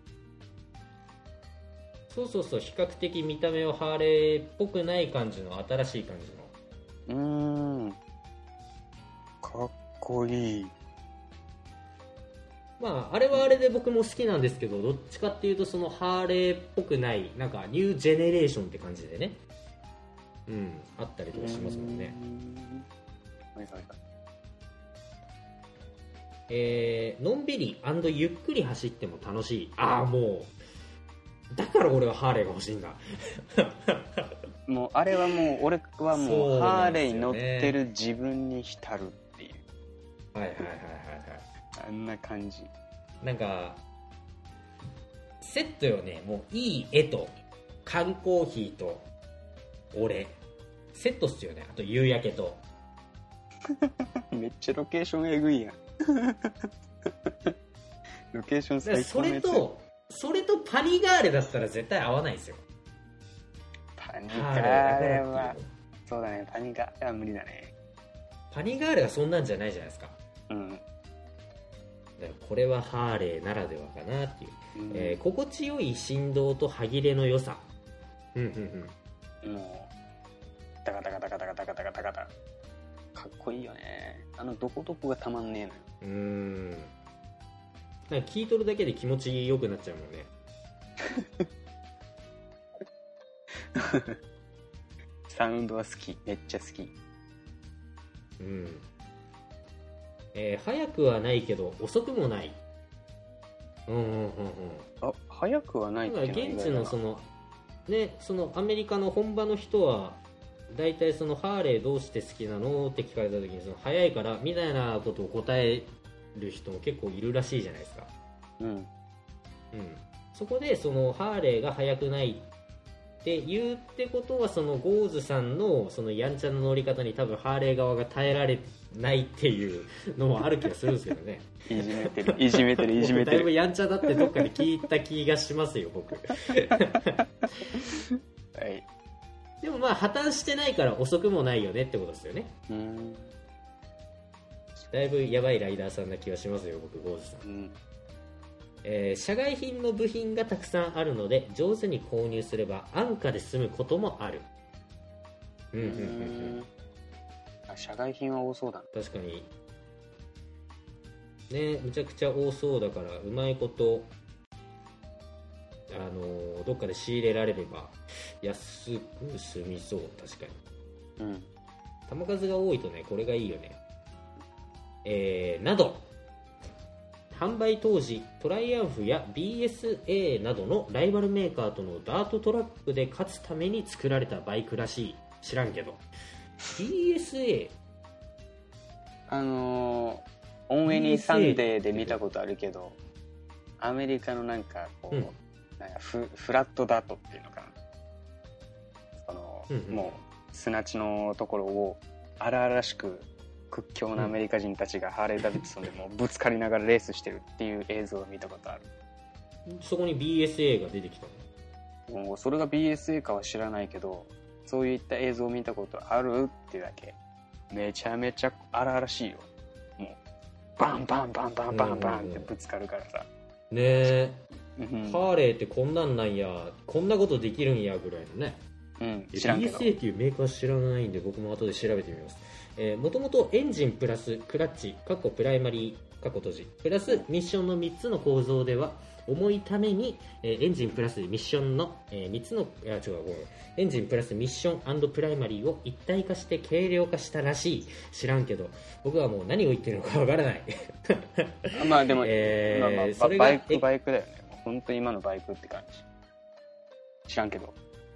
そうそうそう、比較的見た目はハーレーっぽくない感じの新しい感じの。 うーん、かっこいい。 まああれはあれで僕も好きなんですけど、どっちかっていうとそのハーレーっぽくないなんかニュージェネレーションって感じでね、うんあったりとかしますもんね。 はいはいはい。 えー、のんびり&ゆっくり走っても楽しい。ああ、もうだから俺はハーレーが欲しいんだ。 もうあれはもう俺はもそううハーなんですよねレーに乗ってる自分に浸るっていう、 はいはいはいはいはい。 あんな感じ。 なんかセットよね。もういい絵と缶コーヒーと俺セットっすよね。あと夕焼けとめっちゃロケーションえぐいやん。ロケーション最それ高のやつ。 とそれとパニガーレだったら絶対合わないですよ。 パニハガーレーーレはだからっていうそうだね、パニガーレは無理だね。 パニガーレはそんなんじゃないじゃないですか。 うん、 だからこれはハーレーならではかなっていう、 うん、 えー心地よい振動と歯切れの良さ、うんうんうん、 もうダカダカダカダカダカダカダカダかっこいいよね。あのどこどこがたまんねえのよ。 うーん、なんか聞いとるだけで気持ちよくなっちゃうもんね。 サウンドは好き、めっちゃ好き。 うん、えー、早くはないけど遅くもない。うんうんうんうん。 あ、早くはないってだから現地のそのね、そのアメリカの本場の人は大体そのハーレーどうして好きなのって聞かれた時にその早いからみたいなことを答える人も結構いるらしいじゃないですか。 うん、 うん、そこでそのハーレーが速くないって言うってことはそのゴーズさんのそのやんちゃな乗り方に多分ハーレー側が耐えられないっていうのもある気がするんですけどね。 いじめてるいじめてるいじめてだいぶる。 やんちゃだってどっかで聞いた気がしますよ僕。 はい。 でもまあ破綻してないから遅くもないよねってことですよね。 うーん、 だいぶやばいライダーさんな気がしますよ僕ゴーズさん、 うん、 えー、社外品の部品がたくさんあるので上手に購入すれば安価で済むこともある。うんうんうんうん。 あ、社外品は多そうだな。 確かにね、むちゃくちゃ多そうだからうまいことあのー、どっかで仕入れられれば安く済みそう。確かに、 うん、 球数が多いとねこれがいいよね。えー、など販売当時トライアンフや ビーエスエー などのライバルメーカーとのダートトラックで勝つために作られたバイクらしい。知らんけど ビーエスエーあのー、オンエニーサンデーで見たことあるけど、アメリカのなんかこう、うん、なんか フ, フラットダートっていうのかな、その、うんうん、もう砂地のところを荒々しく屈強なアメリカ人たちがハーレーダビッドソンでもうぶつかりながらレースしてるっていう映像を見たことある。 そこに ビーエスエー が出てきたの？もうそれが ビーエスエー かは知らないけど、そういった映像を見たことあるっていうだけ。めちゃめちゃ荒々しいよ。もうバンバンバンバンバンバンってぶつかるからさ。ねえ、うん、ハーレーってこんなんなんや、こんなことできるんやぐらいのね。 うん、知らんけどビーエスエー っていうメーカー知らないんで僕も後で調べてみます。もともとエンジンプラスクラッチ過去プライマリー過去閉じプラスミッションのみっつの構造では重いために、えー、エンジンプラスミッションの、えー、みっつのいや違うごめんエンジンプラスミッション&プライマリーを一体化して軽量化したらしい。知らんけど僕はもう何を言ってるのかわからないまあでも、 えーまあまあ、 それがバイクバイクだよね。本当に今のバイクって感じ。知らんけど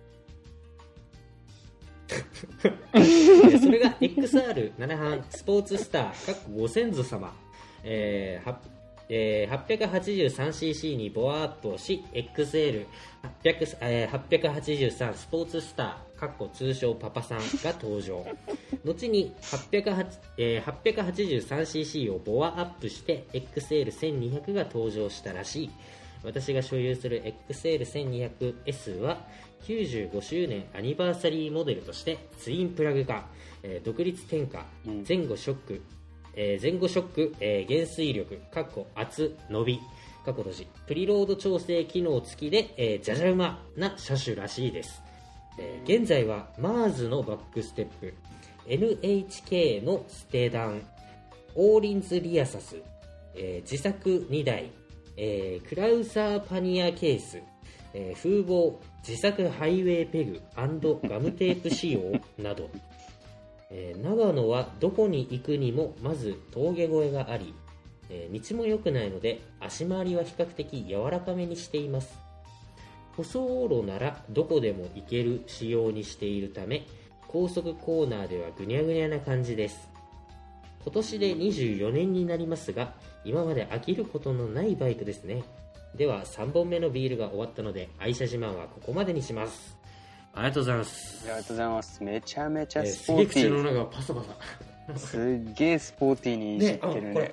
それが エックスアールなな 班スポーツスターご先祖様、えーえー、はっぴゃくはちじゅうさんシーシー にボアアップをし エックスエルはっぴゃく、えー、はっぴゃくはちじゅうさんスポーツスター通称パパさんが登場。後にはっぴゃくはち、えー、はっぴゃくはちじゅうさんシーシー をボアアップして エックスエルせんにひゃく が登場したらしい。私が所有する エックスエルせんにひゃくエス はきゅうじゅうごしゅうねんアニバーサリーモデルとしてツインプラグ化、えー、独立転化、前後ショック、えー、前後ショック、えー、減衰力圧伸び過去閉じプリロード調整機能付きで、えー、じゃじゃ馬な車種らしいです。えー、現在は マーズ のバックステップ エヌエイチケー のステダンオーリンズリアサス、 えー自作にだい、えークラウサーパニアケース、えー風防、自作ハイウェイペグ&ガムテープ仕様など、えー長野はどこに行くにもまず峠越えがあり、えー道も良くないので足回りは比較的柔らかめにしています。舗装路ならどこでも行ける仕様にしているため、高速コーナーではぐにゃぐにゃな感じです。今年でにじゅうよねんになりますが、今まで飽きることのないバイクですね。ではさんぼんめのビールが終わったので愛車自慢はここまでにします。ありがとうございます。 ありがとうございます。めちゃめちゃえースポーティー、 すげえ口の中がパサパサすっげえスポーティーにいじってるね。 ね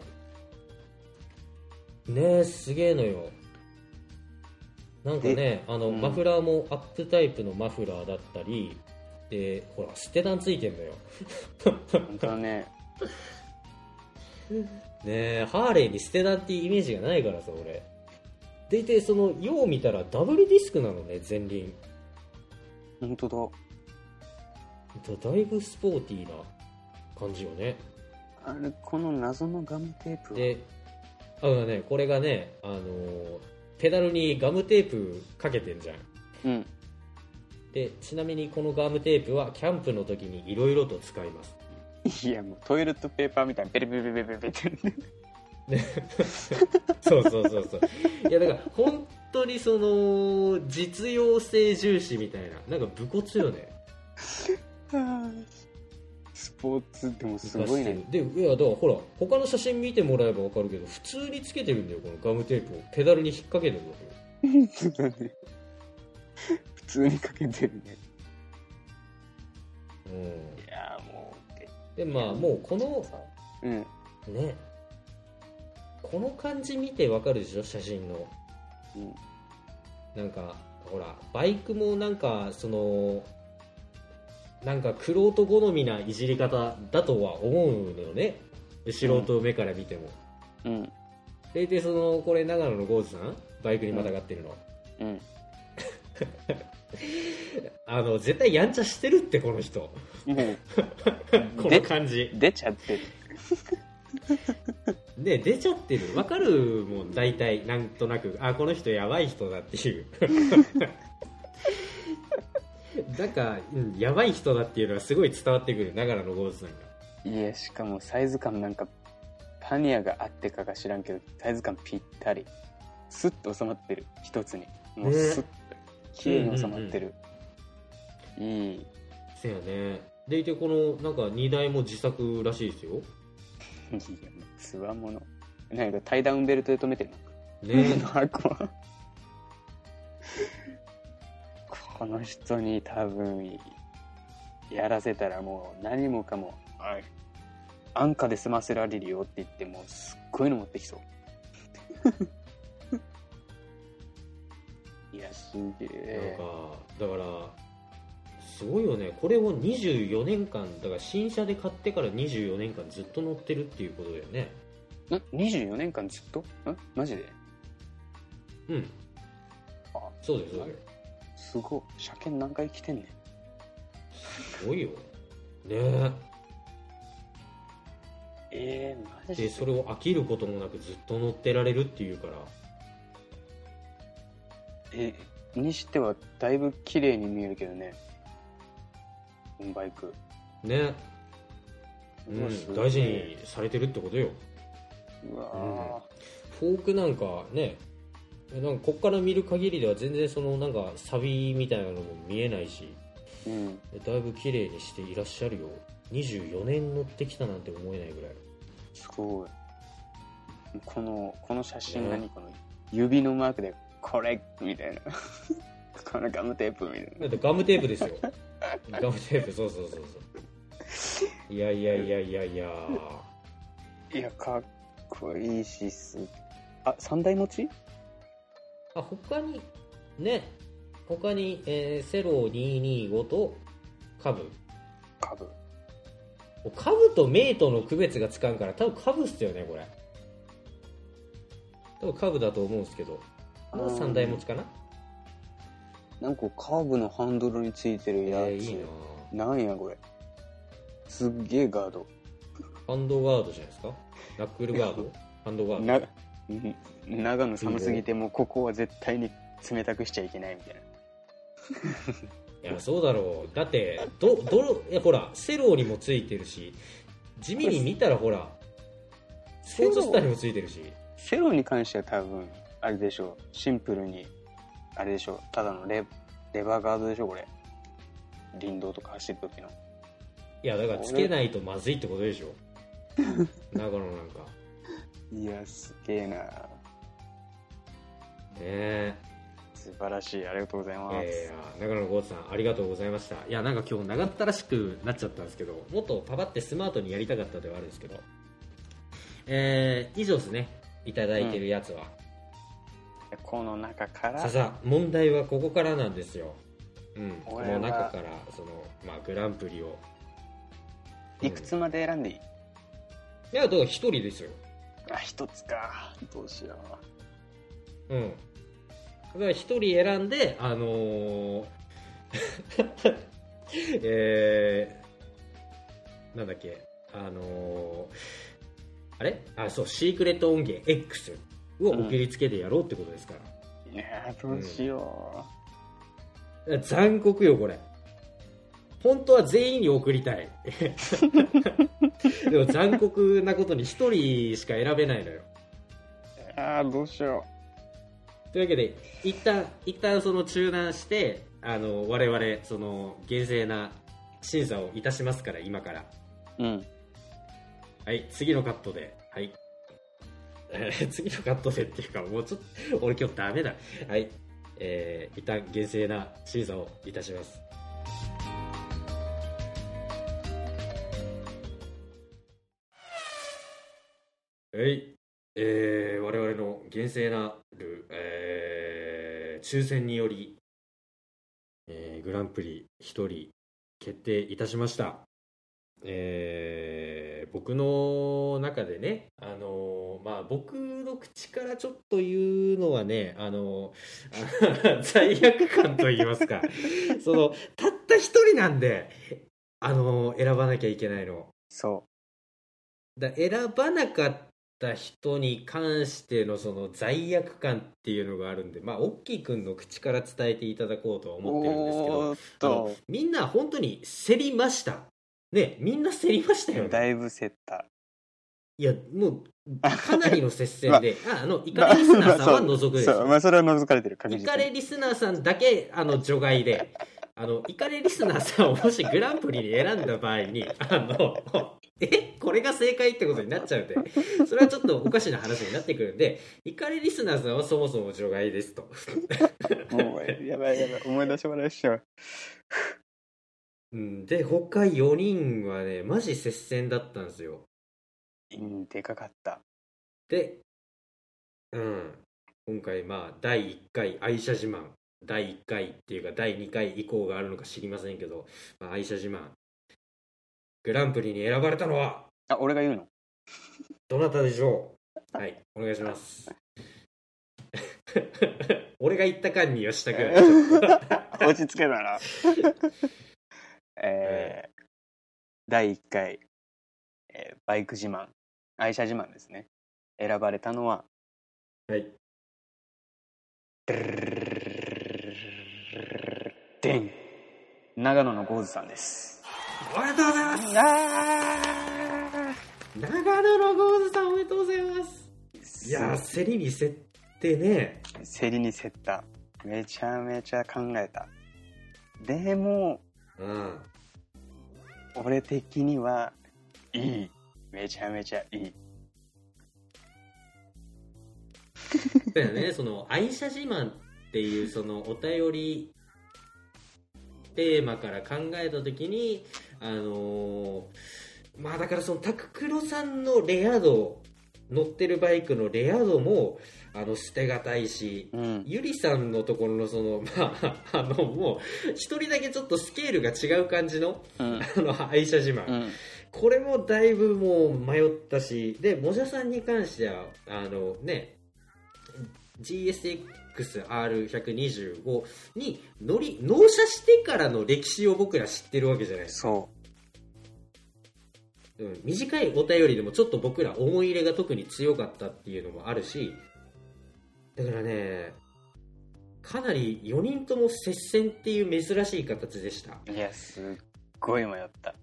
ねえ、すげえのよ。なんかね、あの、 うんマフラーもアップタイプのマフラーだったりで、ほらステダンついてんのよ。 本当だね。 ねえ、ハーレーにステダンっていうイメージがないからさ、俺。でいて、そのよう見たらダブルディスクなのね、前輪。 本当だ。 だいぶスポーティーな感じよね。 あれ、この謎のガムテープは。 で、あのね、これがね、あのーペダルにガムテープかけてんじゃん。 うん。 で、ちなみにこのガムテープはキャンプの時にいろいろと使います。 いや、もうトイレットペーパーみたいにペリペリペリペリペリってね、そうそうそうそう。いやだから本当にその実用性重視みたいな、なんか武骨よね。 スポーツでもすごいね。 で、いやだからほら他の写真見てもらえば分かるけど、普通につけてるんだよ、このガムテープをペダルに引っ掛けてるわけよ。 普通にかけてるね。 うん。 いやもうでまあもうこのうんね、この感じ見て分かるでしょ、写真の。 うん。 なんかほらバイクもなんかそのなんか玄人好みないじり方だとは思うのよね、素人目から見ても。 うん。 ででそのこれ長野のゴーズさんバイクにまたがってるの、 うん。 あの絶対やんちゃしてるってこの人。 もこの感じ出ちゃってる。 で出ちゃってる、わかるもん大体なんとなく、あこの人やばい人だっていうなんか、うん、やばい人だっていうのはすごい伝わってくる、長野のゴーズさんが。 いや、しかもサイズ感なんかパニアがあってかが知らんけど、サイズ感ぴったりスッと収まってる、一つにもうスッと綺麗に収まってる、うんうんうん、いい。 せやね。でいてこのなんかにだいも自作らしいですよ。 いや、つわもの。なんかタイダウンベルトで止めてるのね。 箱はこの人に多分やらせたらもう何もかも、はい、安価で済ませられるよって言ってもすっごいの持ってきそういや、すげえ。 なんかだからすごいよね、これをにじゅうよねんかんだから、新車で買ってからにじゅうよねんかんずっと乗ってるっていうことだよね。 んにじゅうよねんかんずっとんマジで。 うん、あそうですそうです。 すごい。車検何回来てんねん。 すごいよねえ。 えー、マジで。 でそれを飽きることもなくずっと乗ってられるっていうから、 えにしてはだいぶ綺麗に見えるけどね、バイクね、うん、大事にされてるってことよ。 うわ、 うん、フォークなんかね、なんかこっから見る限りでは全然そのなんかサビみたいなのも見えないし、 うん、 だいぶ綺麗にしていらっしゃるよ。にじゅうよねん乗ってきたなんて思えないぐらい。 すごい。このこの写真何、ね、この指のマークでこれみたいなこのガムテープみたいな。 だってガムテープですよガムテープ、そうそうそうそう。いやいやいやいやいやいや、かっこいいしす。あ、さんだい持ち。 あ、他にね、他に、えー、セロにひゃくにじゅうごとカブカブカブとメイトの区別がつかんから多分カブっすよね、これ。多分カブだと思うんですけど、もうさんだい持ちかな。 なんかカーブのハンドルについてるやつ、えー、いいな。なんやこれ、すっげえガード。 ハンドガードじゃないですか、ナックルガードハンドガードな長野寒すぎてもうここは絶対に冷たくしちゃいけないみたいな。 いやそうだろう。だってどどいやほらセローにもついてるし、地味に見たらほらスポーツスターにもついてるし。 セローに関しては多分あれでしょう、シンプルにあれでしょう、ただの レ, レバーガードでしょこれ、林道とか走る時の。 いやだからつけないとまずいってことでしょ長野なんか。 いやすげえな。ねえ素晴らしい、ありがとうございます。 えー、長野のゴーツさんありがとうございました。いやなんか今日長ったらしくなっちゃったんですけど、もっとパパってスマートにやりたかったではあるんですけど、えー、以上ですね、いただいてるやつは、 うん、この中からささ問題はここからなんですよ。うん、こ俺はの中からその、まあ、グランプリをいくつまで選んでいい？ いやだから一人ですよ。 あ一つか、どうしよう。うんだから一人選んであのー、えー、なんだっけあのー、あれあそうシークレット音源 X を送りつけてやろうってことですから、 うん、いやどうしよう、うん、残酷よこれ。本当は全員に送りたいでも残酷なことに一人しか選べないのよ。 ああどうしようというわけで一旦一旦その中断して、あの我々その厳正な審査をいたしますから今から。 うんはい次のカットではい、えー、次のカットでっていうかもうちょっと俺今日ダメだ。はい、えー、一旦厳正な審査をいたします。はい、えー、我々の厳正なる、えー、抽選により、えー、グランプリひとり決定いたしました。えー、僕の中でね、あのー、まあ僕の口からちょっと言うのはね、あのー、罪悪感と言いますかそのたった一人なんで、あのー、選ばなきゃいけないの。 そうだ選ばなかった人に関してのその罪悪感っていうのがあるんで、まあオッキーくんの口から伝えていただこうとは思ってるんですけど、 おーっとあのみんな本当に競りましたね。みんな競りましたよね。 だいぶ競った。 いやもうかなりの接戦で、まあ、あのイカレリスナーさんは除くですよ、 まあまあ、それは除かれてる。 イカレリスナーさんだけあの除外で、あのイカレリスナーさんをもしグランプリに選んだ場合にあのえこれが正解ってことになっちゃうんで、それはちょっとおかしな話になってくるんで、イカレリスナーさんはそもそも除外ですともうやばいやばい、思い出し笑いしちゃう。 うん、で他よにんはねマジ接戦だったんですよ。 うん、でかかった。 で、うん、今回まあだいいっかい愛車自慢、だいいっかいっていうかだいにかい以降があるのか知りませんけど、まあ、愛車自慢グランプリに選ばれたのは、 あ、俺が言うの？ どなたでしょう？はい、お願いします俺が言った間にはしたくない落ち着けたなえー、だいいっかい、えー、バイク自慢、愛車自慢ですね。選ばれたのは、 はい、 でん、長野のゴーズさんです。 おめでとうございます。長野のゴーズさんおめでとうございます。いやー競りに競ってね。 競りに競った。めちゃめちゃ考えた。でも、 うん、 俺的にはいい、めちゃめちゃいい。 だよね、その愛車自慢っていうそのお便りテーマから考えた時に、あのー、まあだからそのタククロさんのレア度、乗ってるバイクのレア度もあの捨てがたいし、うん、ゆりさんのところのそのまああのもう一人だけちょっとスケールが違う感じの、うん、あの愛車自慢、うん、これもだいぶもう迷ったし、でもじゃさんに関してはあのね ジーエスエックスアールひゃくにじゅうご に乗り納車してからの歴史を僕ら知ってるわけじゃないですか。 そうん、短いお便りでもちょっと僕ら思い入れが特に強かったっていうのもあるし、だからねかなりよにんとも接戦っていう珍しい形でした。 いやすっごい迷った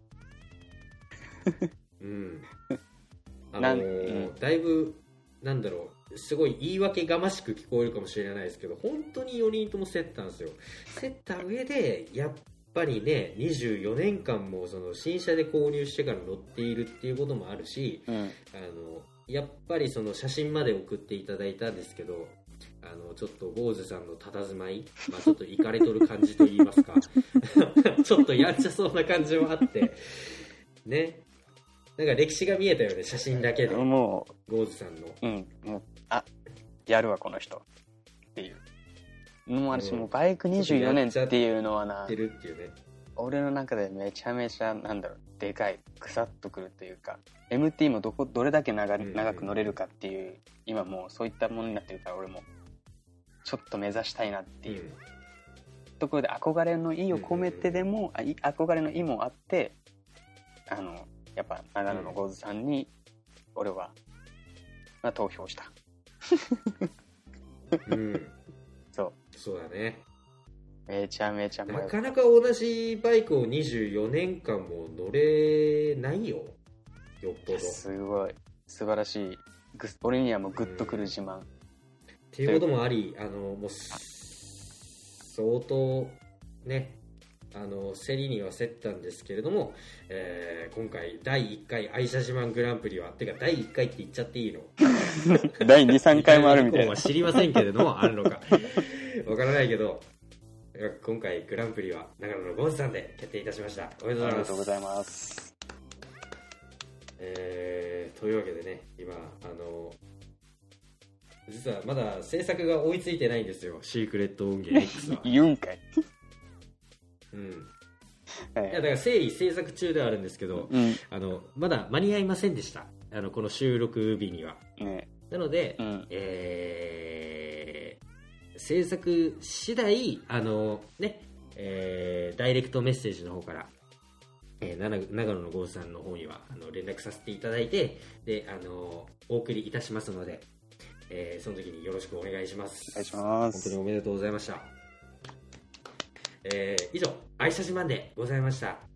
うんあのーうん、だいぶなんだろうすごい言い訳がましく聞こえるかもしれないですけど、本当によにんとも競ったんですよ。競った上でやっぱりねにじゅうよねんかんもその新車で購入してから乗っているっていうこともあるし、うん、あのやっぱりその写真まで送っていただいたんですけど、あのちょっと坊主さんの佇まい、まあ、ちょっとイカれとる感じと言いますかちょっとやんちゃそうな感じもあってね、なんか歴史が見えたよね写真だけで。もう坊主さんの、 うん、もうあやるわこの人っていうのもあるし、うん、もうバイクにじゅうよねんっていうのはなってるっていうね、 俺の中でめちゃめちゃなんだろうでかいクサッとくるというか エムティー もどこどれだけ 長, 長く乗れるかっていう、うん、今もうそういったものになってるから俺もちょっと目指したいなっていう、うん、ところで憧れの意を込めてでも、うん、あ憧れの意もあってあのやっぱ長野のゴーズさんに俺は、まあ、投票したうんそうそうだね、 めちゃめちゃなかなか同じバイクをにじゅうよねんかんも乗れないよ、よっぽど。 すごい素晴らしい、俺にはもうグッとくる自慢、うん、 っていうこともあり、あのもう相当ねあの競りには競ったんですけれども、えー、今回だいいっかい愛車自慢グランプリはてかだいいっかいって言っちゃっていいのだいに、さんかいもあるみたいな知りませんけれどもあるのかわからないけど、今回グランプリは長野のゴンズさんで決定いたしました。おめでとうございます。 ありがとうございます。 えー、というわけでね今あの実はまだ制作が追いついてないんですよ、シークレット音源 X は言うんかいうん、はい、いやだから整理制作中ではあるんですけど、うん、あのまだ間に合いませんでした、あのこの収録日には、ね、なので、うん、えー、制作次第あのね、えー、ダイレクトメッセージの方から、えー、長野のゴーさんの方にはあの連絡させていただいて、であのお送りいたしますので、えー、その時によろしくお願いします。 お願いします。 本当におめでとうございました。えー、以上愛車自慢でございました。